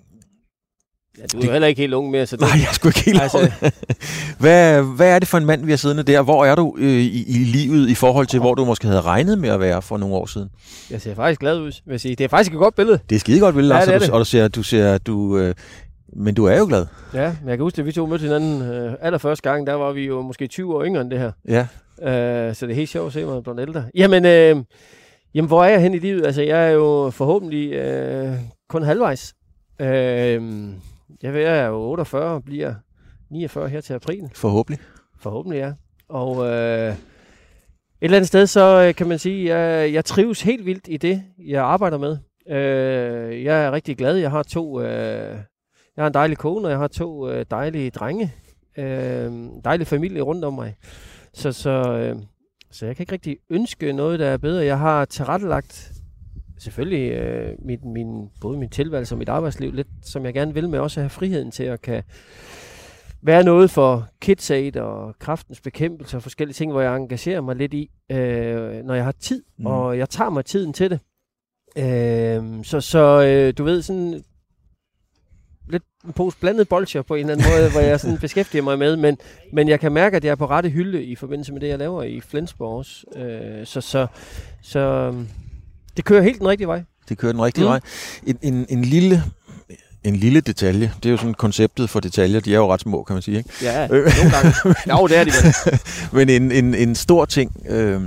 Ja, du er det... heller ikke helt ung mere, så det... Nej, jeg er sgu ikke helt altså... ung. hvad, hvad er det for en mand, vi har siddende der? Hvor er du øh, i, i livet i forhold til, oh. hvor du måske havde regnet med at være for nogle år siden? Jeg ser faktisk glad ud, vil jeg sige. Det er faktisk et godt billede. Det er skide godt billede, Lars, ja, og, du, og du ser, du ser, du, øh, men du er jo glad. Ja, men jeg kan huske, at vi to mødte hinanden øh, allerførste gang, der var vi jo måske tyve år yngre end det her. Ja. Øh, så det er helt sjovt at se mig blevet ældre. Jamen, øh, jamen, hvor er jeg hen i livet? Altså, jeg er jo forhåbentlig øh, kun halvvejs. Øh, Jeg er jo otteogfyrre og bliver niogfyrre her til april. Forhåbentlig. Forhåbentlig, ja. Og øh, et eller andet sted, så kan man sige, at jeg, jeg trives helt vildt i det, jeg arbejder med. Øh, jeg er rigtig glad. Jeg har to, øh, jeg har en dejlig kone, og jeg har to øh, dejlige drenge. Øh, dejlig familie rundt om mig. Så, så, øh, så jeg kan ikke rigtig ønske noget, der er bedre. Jeg har tilrettelagt selvfølgelig øh, min, min, både min tilværelse og mit arbejdsliv lidt, som jeg gerne vil, med også at have friheden til at kan være noget for KidsAid og Kræftens Bekæmpelse og forskellige ting, hvor jeg engagerer mig lidt i, øh, når jeg har tid, mm. og jeg tager mig tiden til det. Øh, så så øh, du ved, sådan lidt en pose blandet bolsjer på en eller anden måde, hvor jeg sådan beskæftiger mig med, men, men jeg kan mærke, at jeg er på rette hylde i forbindelse med det, jeg laver i Flensborg også. Øh, så så, så det kører helt den rigtige vej. Det kører den rigtige mm. vej. En, en, en, lille, en lille detalje, det er jo sådan konceptet for detaljer, de er jo ret små, kan man sige, ikke? Ja, nogle gange. Jo, det er de vel. Men en, en, en stor ting, øh,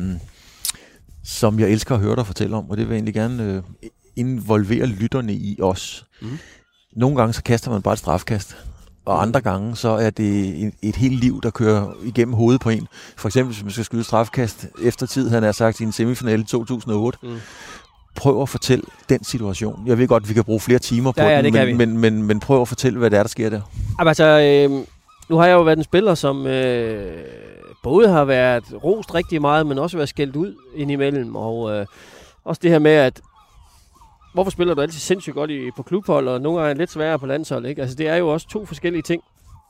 som jeg elsker at høre dig fortælle om, og det vil jeg egentlig gerne øh, involvere lytterne i os. Mm. Nogle gange så kaster man bare et strafkast, og andre gange så er det et, et helt liv, der kører igennem hovedet på en. For eksempel, hvis man skal skyde strafkast efter tid, han har sagt i en semifinale i to tusind og otte. Mm. prøv at fortælle den situation. Jeg ved godt, vi kan bruge flere timer på ja, ja, den, men, men, men, men prøv at fortælle, hvad det er, der sker der. Altså, øh, nu har jeg jo været en spiller, som øh, både har været rost rigtig meget, men også været skældt ud indimellem. Og øh, også det her med, at hvorfor spiller du altid sindssygt godt i, på klubhold, og nogle gange er lidt sværere på landshold, ikke? Altså, det er jo også to forskellige ting.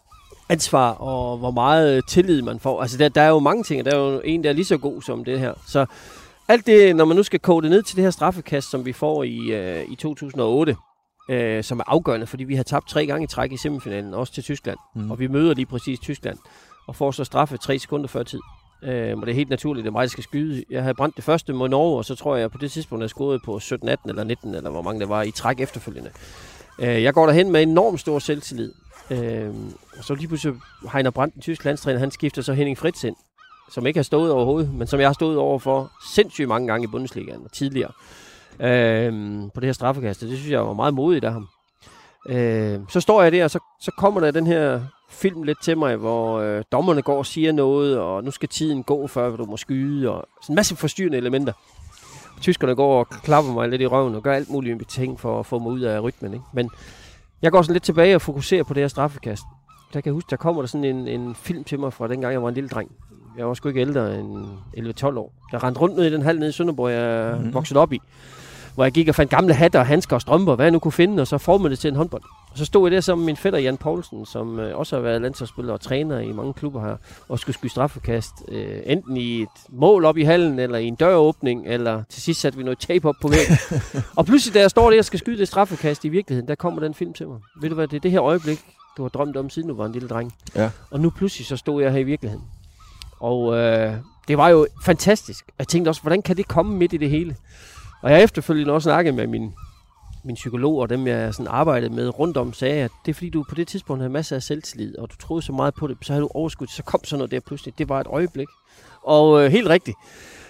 Ansvar og hvor meget tillid man får. Altså, der, der er jo mange ting, og der er jo en, der er lige så god som det her. Så alt det, når man nu skal kode det ned til det her straffekast, som vi får i, øh, i to tusind og otte, øh, som er afgørende, fordi vi har tabt tre gange i træk i semifinalen, også til Tyskland. Mm. Og vi møder lige præcis Tyskland, og får så straffe tre sekunder før tid. Øh, og det er helt naturligt, det er mig, der skal skyde. Jeg havde brændt det første mod Norge, og så tror jeg på det tidspunkt, jeg skåede på sytten, atten eller nitten, eller hvor mange der var i træk efterfølgende. Øh, jeg går derhen med enormt stor selvtillid. Øh, og så lige pludselig Heiner Brandt, den tyske landstræner, han skifter så Henning Fritz ind, som ikke har stået overhovedet, men som jeg har stået over for sindssygt mange gange i Bundesligaen og tidligere øh, på det her straffekast. Det synes jeg var meget modigt af ham. Øh, så står jeg der, og så, så kommer der den her film lidt til mig, hvor øh, dommerne går og siger noget, og nu skal tiden gå, før du må skyde, og sådan en masse forstyrrende elementer. Tyskerne går og klapper mig lidt i røven og gør alt muligt ting for at få mig ud af rytmen, ikke? Men jeg går sådan lidt tilbage og fokuserer på det her straffekast. Der kan jeg huske, der kommer der sådan en, en film til mig fra dengang, jeg var en lille dreng. Jeg var sgu ikke ældre end elleve tolv år. Jeg rendte rundt ned i den hal nede i Sønderborg, jeg mm-hmm. voksede op i. Hvor jeg gik og fandt gamle hatter, handsker og strømper, hvad jeg nu kunne finde, og så formede det til en håndbold. Og så stod jeg der sammen med min fætter Jan Poulsen, som øh, også har været landsholdsspiller og træner i mange klubber her, og skulle skyde straffekast, øh, enten i et mål op i hallen, eller i en døråbning, eller til sidst satte vi noget tape op på væggen. Og pludselig, da jeg står der og skal skyde det straffekast i virkeligheden, der kommer den film til mig. Ved du hvad, det er det her øjeblik, du har drømt om, siden du var en lille dreng. Ja. Og nu pludselig, så stod jeg her i virkeligheden. Og øh, det var jo fantastisk. Jeg tænkte også, hvordan kan det komme midt i det hele? Og jeg efterfølgende også snakkede med min, min psykolog og dem, jeg sådan arbejdede med rundt om, sagde, at det er fordi, du på det tidspunkt havde masser af selvtillid, og du troede så meget på det, så havde du overskud, så kom sådan noget der pludselig. Det var et øjeblik. Og øh, helt rigtigt.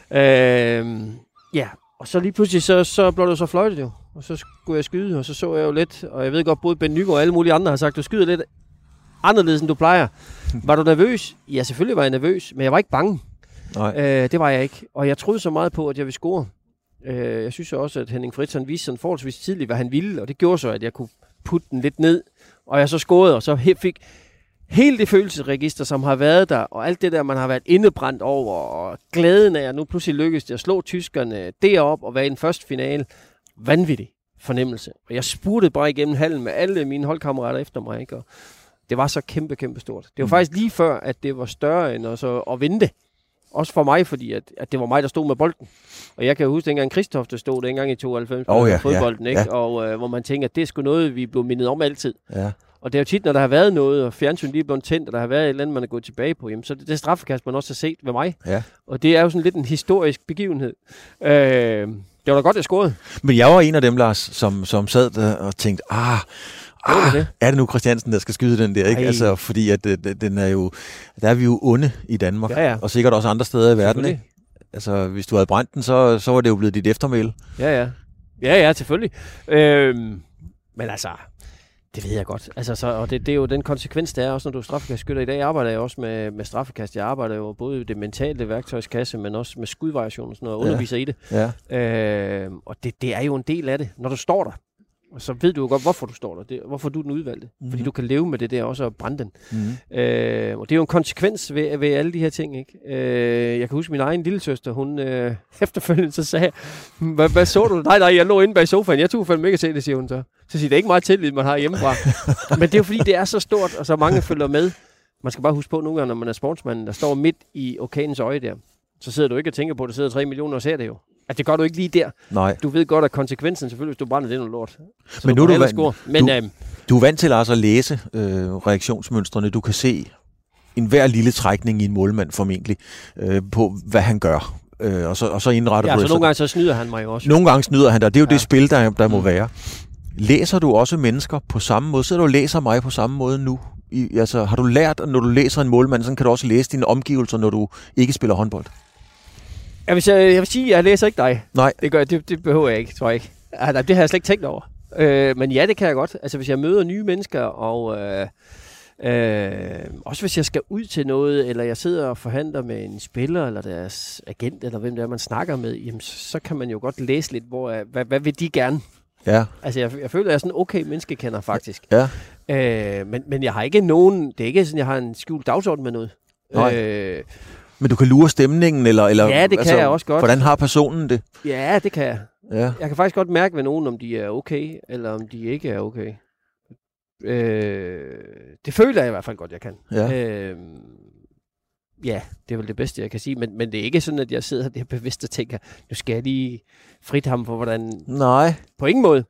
Øh, ja, og så lige pludselig, så, så blev det så fløjtet jo. Og så skulle jeg skyde, og så så jeg jo lidt, og jeg ved godt, både Ben Nygaard og alle mulige andre har sagt, du skyder lidt anderledes, end du plejer. Var du nervøs? Ja, selvfølgelig var jeg nervøs, men jeg var ikke bange. Nej. Øh, det var jeg ikke. Og jeg troede så meget på, at jeg ville score. Øh, jeg synes også, at Henning Fritz viste sådan forholdsvis tidligt, hvad han ville, og det gjorde så, at jeg kunne putte den lidt ned, og jeg så scorede, og så fik hele det følelsesregister, som har været der, og alt det der, man har været indebrændt over, og glæden af, at nu pludselig lykkedes det at slå tyskerne derop og være i den første finale. Vanvittig fornemmelse. Og jeg spurtede bare igennem hallen med alle mine holdkammerater efter mig, ikke? Og det var så kæmpe, kæmpe stort. Det var mm. faktisk lige før, at det var større end at, så, at vinde det. Også for mig, fordi at, at det var mig, der stod med bolden. Og jeg kan jo huske, dengang Christoph, der stod dengang i tooghalvfems oh, ja, fodbolden, ja, ikke? Ja. Og øh, hvor man tænker, at det er sgu noget, vi blev mindet om altid. Ja. Og det er jo tit, når der har været noget, og fjernsyn lige er blevet tændt, og der har været et eller andet, man er gået tilbage på, jamen, så det, det straffekast, man også har set ved mig. Ja. Og det er jo sådan lidt en historisk begivenhed. Øh, det var da godt, jeg scorede. Men jeg var en af dem, Lars, som, som sad der og tænkte, ah, Ah, det. er det nu Christiansen, der skal skyde den der, ikke? Altså, fordi at den er jo, der er vi jo onde i Danmark, ja, ja. Og sikkert også andre steder i verden, ikke? Altså, hvis du havde brændt den, så, så var det jo blevet dit eftermæl. Ja, ja. Ja, ja, selvfølgelig. Øhm, men altså, det ved jeg godt. Altså, så, og det, det er jo den konsekvens, der er også, når du er straffekastskytter. I dag arbejder jeg også med, med straffekast. Jeg arbejder jo både i det mentale værktøjskasse, men også med skudvariation og sådan noget, og underviser ja. i det. Ja. Øhm, og det, det er jo en del af det, når du står der. Og så ved du jo godt, hvorfor du står der. Det, hvorfor du er den udvalgte. Mm. Fordi du kan leve med det der også og brænde den. Mm. Øh, og det er jo en konsekvens ved, ved alle de her ting, ikke? Øh, jeg kan huske min egen lillesøster, hun øh, efterfølgende så sagde, hvad, hvad så du? Nej, nej, jeg lå inde bag sofaen. Jeg tog fandme ikke at se det, siger hun så. Så siger det er ikke meget tillid, man har hjemmefra. Men det er jo fordi, det er så stort, og så mange følger med. Man skal bare huske på, nogle gange, når man er sportsmanden, der står midt i orkanens øje der, så sidder du ikke og tænker på, at der sidder tre millioner og ser det jo. At det gør du ikke lige der. Nej. Du ved godt, at konsekvensen selvfølgelig, hvis du brænder det noget lort. Så men du, nu er du, vand, men, du, øhm, du er vant til altså at læse øh, reaktionsmønstrene. Du kan se en hver lille trækning i en målmand formentlig øh, på, hvad han gør. Øh, og, så, og så indretter ja, du så det. nogle gange så snyder han mig jo også. Nogle gange snyder han dig. Det er jo ja. det spil, der, der må mm. være. Læser du også mennesker på samme måde? Så du læser mig på samme måde nu? I, altså, har du lært, at når du læser en målmand, så kan du også læse dine omgivelser, når du ikke spiller håndbold? Jeg vil, sige, jeg vil sige, at jeg læser ikke dig. Nej. Det, gør, det, det behøver jeg ikke, tror jeg ikke. Altså, det har jeg slet ikke tænkt over. Øh, men ja, det kan jeg godt. Altså, hvis jeg møder nye mennesker, og øh, Øh, også hvis jeg skal ud til noget, eller jeg sidder og forhandler med en spiller, eller deres agent, eller hvem det er, man snakker med, jamen, så kan man jo godt læse lidt, hvor, hvad, hvad vil de gerne? Ja. Altså, jeg, jeg føler, at jeg er sådan en okay menneskekender, faktisk. Ja. Øh, men, men jeg har ikke nogen, det er ikke sådan, jeg har en skjult dagsorden med noget. Nej. Øh, Men du kan lure stemningen, eller, eller Ja, det kan altså, jeg også godt. Hvordan har personen det? ja, det kan jeg. Ja. Jeg kan faktisk godt mærke ved nogen, om de er okay, eller om de ikke er okay. Øh, det føler jeg i hvert fald godt, jeg kan. Ja. Øh, ja, det er vel det bedste, jeg kan sige. Men, men det er ikke sådan, at jeg sidder der bevidst og tænker, nu skal jeg lige frit ham for, hvordan... Nej. På ingen måde.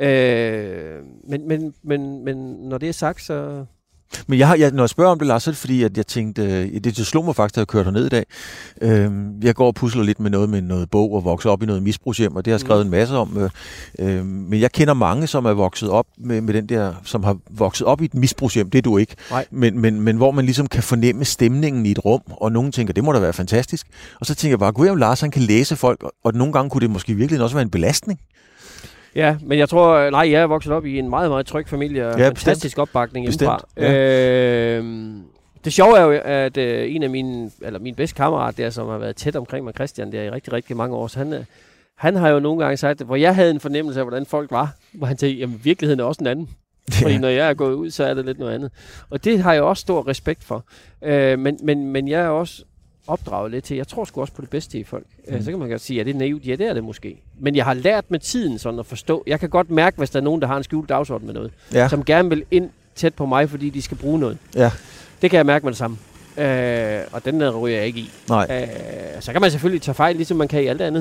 Øh, men, men, men, men når det er sagt, så... Men jeg har, jeg, når jeg spørger om det, Lars, så er det fordi, at jeg tænkte, øh, det, det slog mig faktisk, at jeg kørte herned i dag. Øh, jeg går og pusler lidt med noget med noget bog og vokser op i noget misbrugshjem, og det har jeg skrevet mm. en masse om. Øh, øh, men jeg kender mange, som er vokset op med, med den der, som har vokset op i et misbrugshjem. Det er du ikke. Men, men, men hvor man ligesom kan fornemme stemningen i et rum, og nogen tænker, det må da være fantastisk. Og så tænker jeg bare, gud, om Lars han kan læse folk, og, og nogle gange kunne det måske virkelig også være en belastning. Ja, men jeg tror, nej, jeg er vokset op i en meget, meget tryg familie, og ja, fantastisk bestemt. Opbakning hjemmefra. Ja. Øh, det sjove er jo, at øh, en af mine, eller min bedste kammerat der, som har været tæt omkring mig, Christian, der i rigtig, rigtig mange år, så han, han har jo nogle gange sagt, hvor jeg havde en fornemmelse af, hvordan folk var, hvor han tænkte, jamen virkeligheden er også en anden. Ja. Fordi når jeg er gået ud, så er det lidt noget andet. Og det har jeg også stor respekt for. Øh, men, men, men jeg er også opdraget lidt til. Jeg tror sgu også på det bedste i folk. Mm. Så kan man godt sige, er det naivt? Ja, det er det måske. Men jeg har lært med tiden sådan at forstå. Jeg kan godt mærke, hvis der er nogen, der har en skjult dagsorden med noget, ja. Som gerne vil ind tæt på mig, fordi de skal bruge noget. Ja. Det kan jeg mærke med det samme. Øh, og den der ryger jeg ikke i. Nej. Øh, så kan man selvfølgelig tage fejl, ligesom man kan i alt andet.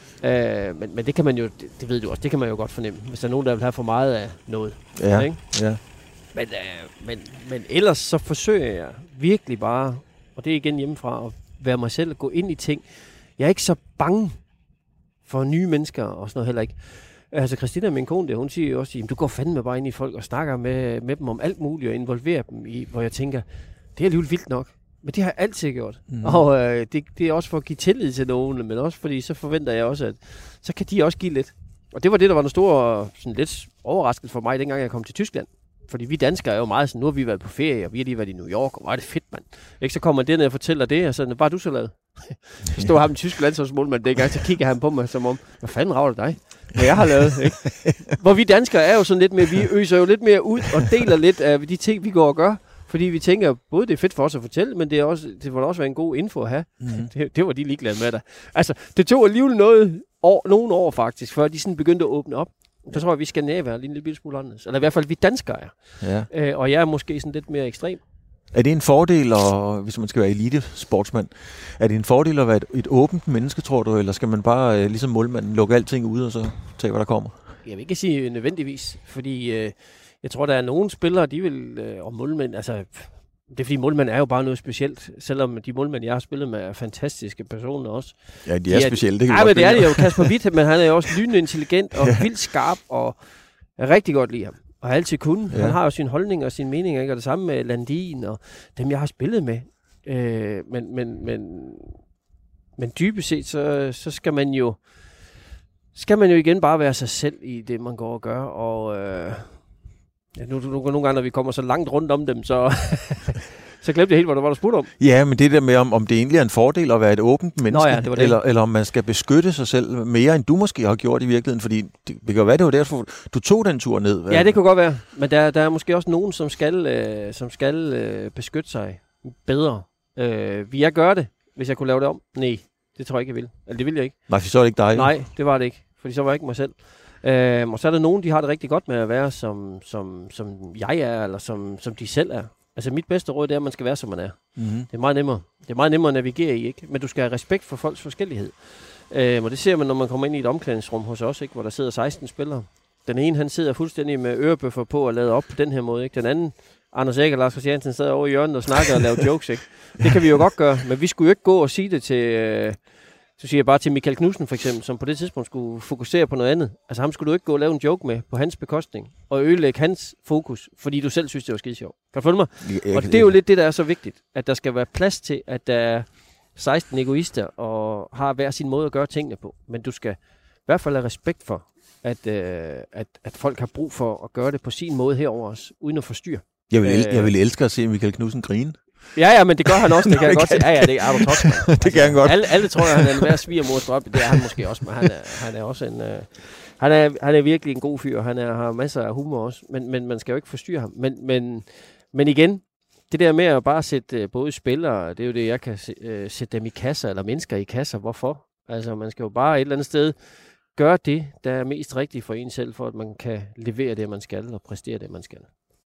Øh, men, men det kan man jo, det, det ved du også, det kan man jo godt fornemme, hvis der er nogen, der vil have for meget af noget. Ja. Ikke? Ja. Men, øh, men, men ellers så forsøger jeg virkelig bare, og det er igen hjemmefra, at være mig selv og gå ind i ting. Jeg er ikke så bange for nye mennesker og sådan noget heller ikke. Altså Christina, min kone, der, hun siger jo også, at du går fandme bare ind i folk og snakker med, med dem om alt muligt og involverer dem i, hvor jeg tænker, det er alligevel vildt nok. Men det har jeg altid gjort. Mm. Og øh, det, det er også for at give tillid til nogen, men også fordi så forventer jeg også, at så kan de også give lidt. Og det var det, der var den store sådan lidt overraskelse for mig, dengang jeg kom til Tyskland. Fordi vi danskere er jo meget sådan, nu har vi været på ferie, og vi har lige været i New York, og hvor er det fedt, mand. Ikke, så kommer man derned og fortæller det, og så hvad har du så lavet? Så stod ham i tysk landsholdsmålmand dengang, så kigger han på mig som om, hvad fanden rager det dig? Hvad jeg har lavet, ikke? Hvor vi danskere er jo sådan lidt mere, vi øser jo lidt mere ud og deler lidt af de ting, vi går og gør. Fordi vi tænker, både det er fedt for os at fortælle, men det, er også, det vil også være en god info at have. Mm-hmm. Det, det var de ligeglade med dig. Altså, det tog alligevel noget år, nogle år faktisk, før de sådan begyndte at åbne op. Så tror jeg, vi skal næve en lille smule anderledes. Eller i hvert fald, vi danskere er. Ja. Øh, og jeg er måske sådan lidt mere ekstrem. Er det en fordel, og, hvis man skal være elite-sportsmand, er det en fordel at være et, et åbent menneske, tror du? Eller skal man bare, øh, ligesom målmanden, lukke alting ud, og så tage, hvad der kommer? Jeg vil ikke sige nødvendigvis, fordi øh, jeg tror, der er nogle spillere, de vil, øh, og målmænd, altså... Det er fordi målmænd er jo bare noget specielt, selvom de målmænd, jeg har spillet med, er fantastiske personer også. Ja, de er, de er specielle, det kan ja, men det er det jo. Kasper Hvidt, men han er jo også lynende intelligent og ja. vildt skarp, og jeg rigtig godt lide ham. Og har altid kun. Ja. Han har jo sin holdning og sin mening, ikke? Og det samme med Landin og dem, jeg har spillet med. Øh, men, men, men, men dybest set, så, så skal man jo skal man jo igen bare være sig selv i det, man går og gør, og... Øh, Ja, nu, nu, nogle gange, når vi kommer så langt rundt om dem, så, så glemte jeg helt, hvad der var, der spurgte om. Ja, men det der med, om, om det egentlig er en fordel at være et åbent menneske, Nå ja, det var det. Eller, eller om man skal beskytte sig selv mere, end du måske har gjort i virkeligheden, fordi det, det kan jo være, det var derfor, du tog den tur ned. Ja, det kunne godt være, men der, der er måske også nogen, som skal, øh, som skal øh, beskytte sig bedre. Øh, vil jeg gøre det, hvis jeg kunne lave det om? Nej, det tror jeg ikke, jeg vil. Eller det vil jeg ikke. Nej, for så er det ikke dig. Nej, det var det ikke, fordi så var jeg ikke mig selv. Øhm, og så er der nogen, de har det rigtig godt med at være, som, som, som jeg er, eller som, som de selv er. Altså mit bedste råd, det er, at man skal være, som man er. Mm-hmm. Det er meget nemmere. Det er meget nemmere at navigere i, ikke? Men du skal have respekt for folks forskellighed. Øhm, og det ser man, når man kommer ind i et omklædningsrum hos os, ikke? Hvor der sidder seksten spillere. Den ene, han sidder fuldstændig med ørebøffer på og lader op på den her måde, ikke? Den anden, Anders Æg og Lars Christiansen, sad over i hjørnet og snakkede og lavede jokes, ikke? Det kan vi jo godt gøre, men vi skulle jo ikke gå og sige det til... Øh, Så siger jeg bare til Michael Knudsen for eksempel, som på det tidspunkt skulle fokusere på noget andet. Altså ham skulle du ikke gå og lave en joke med på hans bekostning, og ødelægge hans fokus, fordi du selv synes, det var skide sjovt. Kan du følge mig? Jeg, og det er jo lidt det, der er så vigtigt, at der skal være plads til, at der er seksten egoister, og har hver sin måde at gøre tingene på. Men du skal i hvert fald have respekt for, at, øh, at, at folk har brug for at gøre det på sin måde herover os, uden at forstyrre. Jeg vil, øh, jeg vil elske at se Michael Knudsen grine. Ja, ja, men det gør han også, det kan jeg godt se. Ja, ja, det er du tosset. Det kan han godt. Alle, alle tror, at han er en værd svigermors drøm. Det er han måske også, men han er, han er også en... Øh, han, er, han er virkelig en god fyr, han er, har masser af humor også, men, men man skal jo ikke forstyrre ham. Men, men, men igen, det der med at bare sætte øh, både spillere, det er jo det, jeg kan øh, sætte dem i kasser, eller mennesker i kasser. Hvorfor? Altså, man skal jo bare et eller andet sted gøre det, der er mest rigtigt for en selv, for at man kan levere det, man skal, og præstere det, man skal.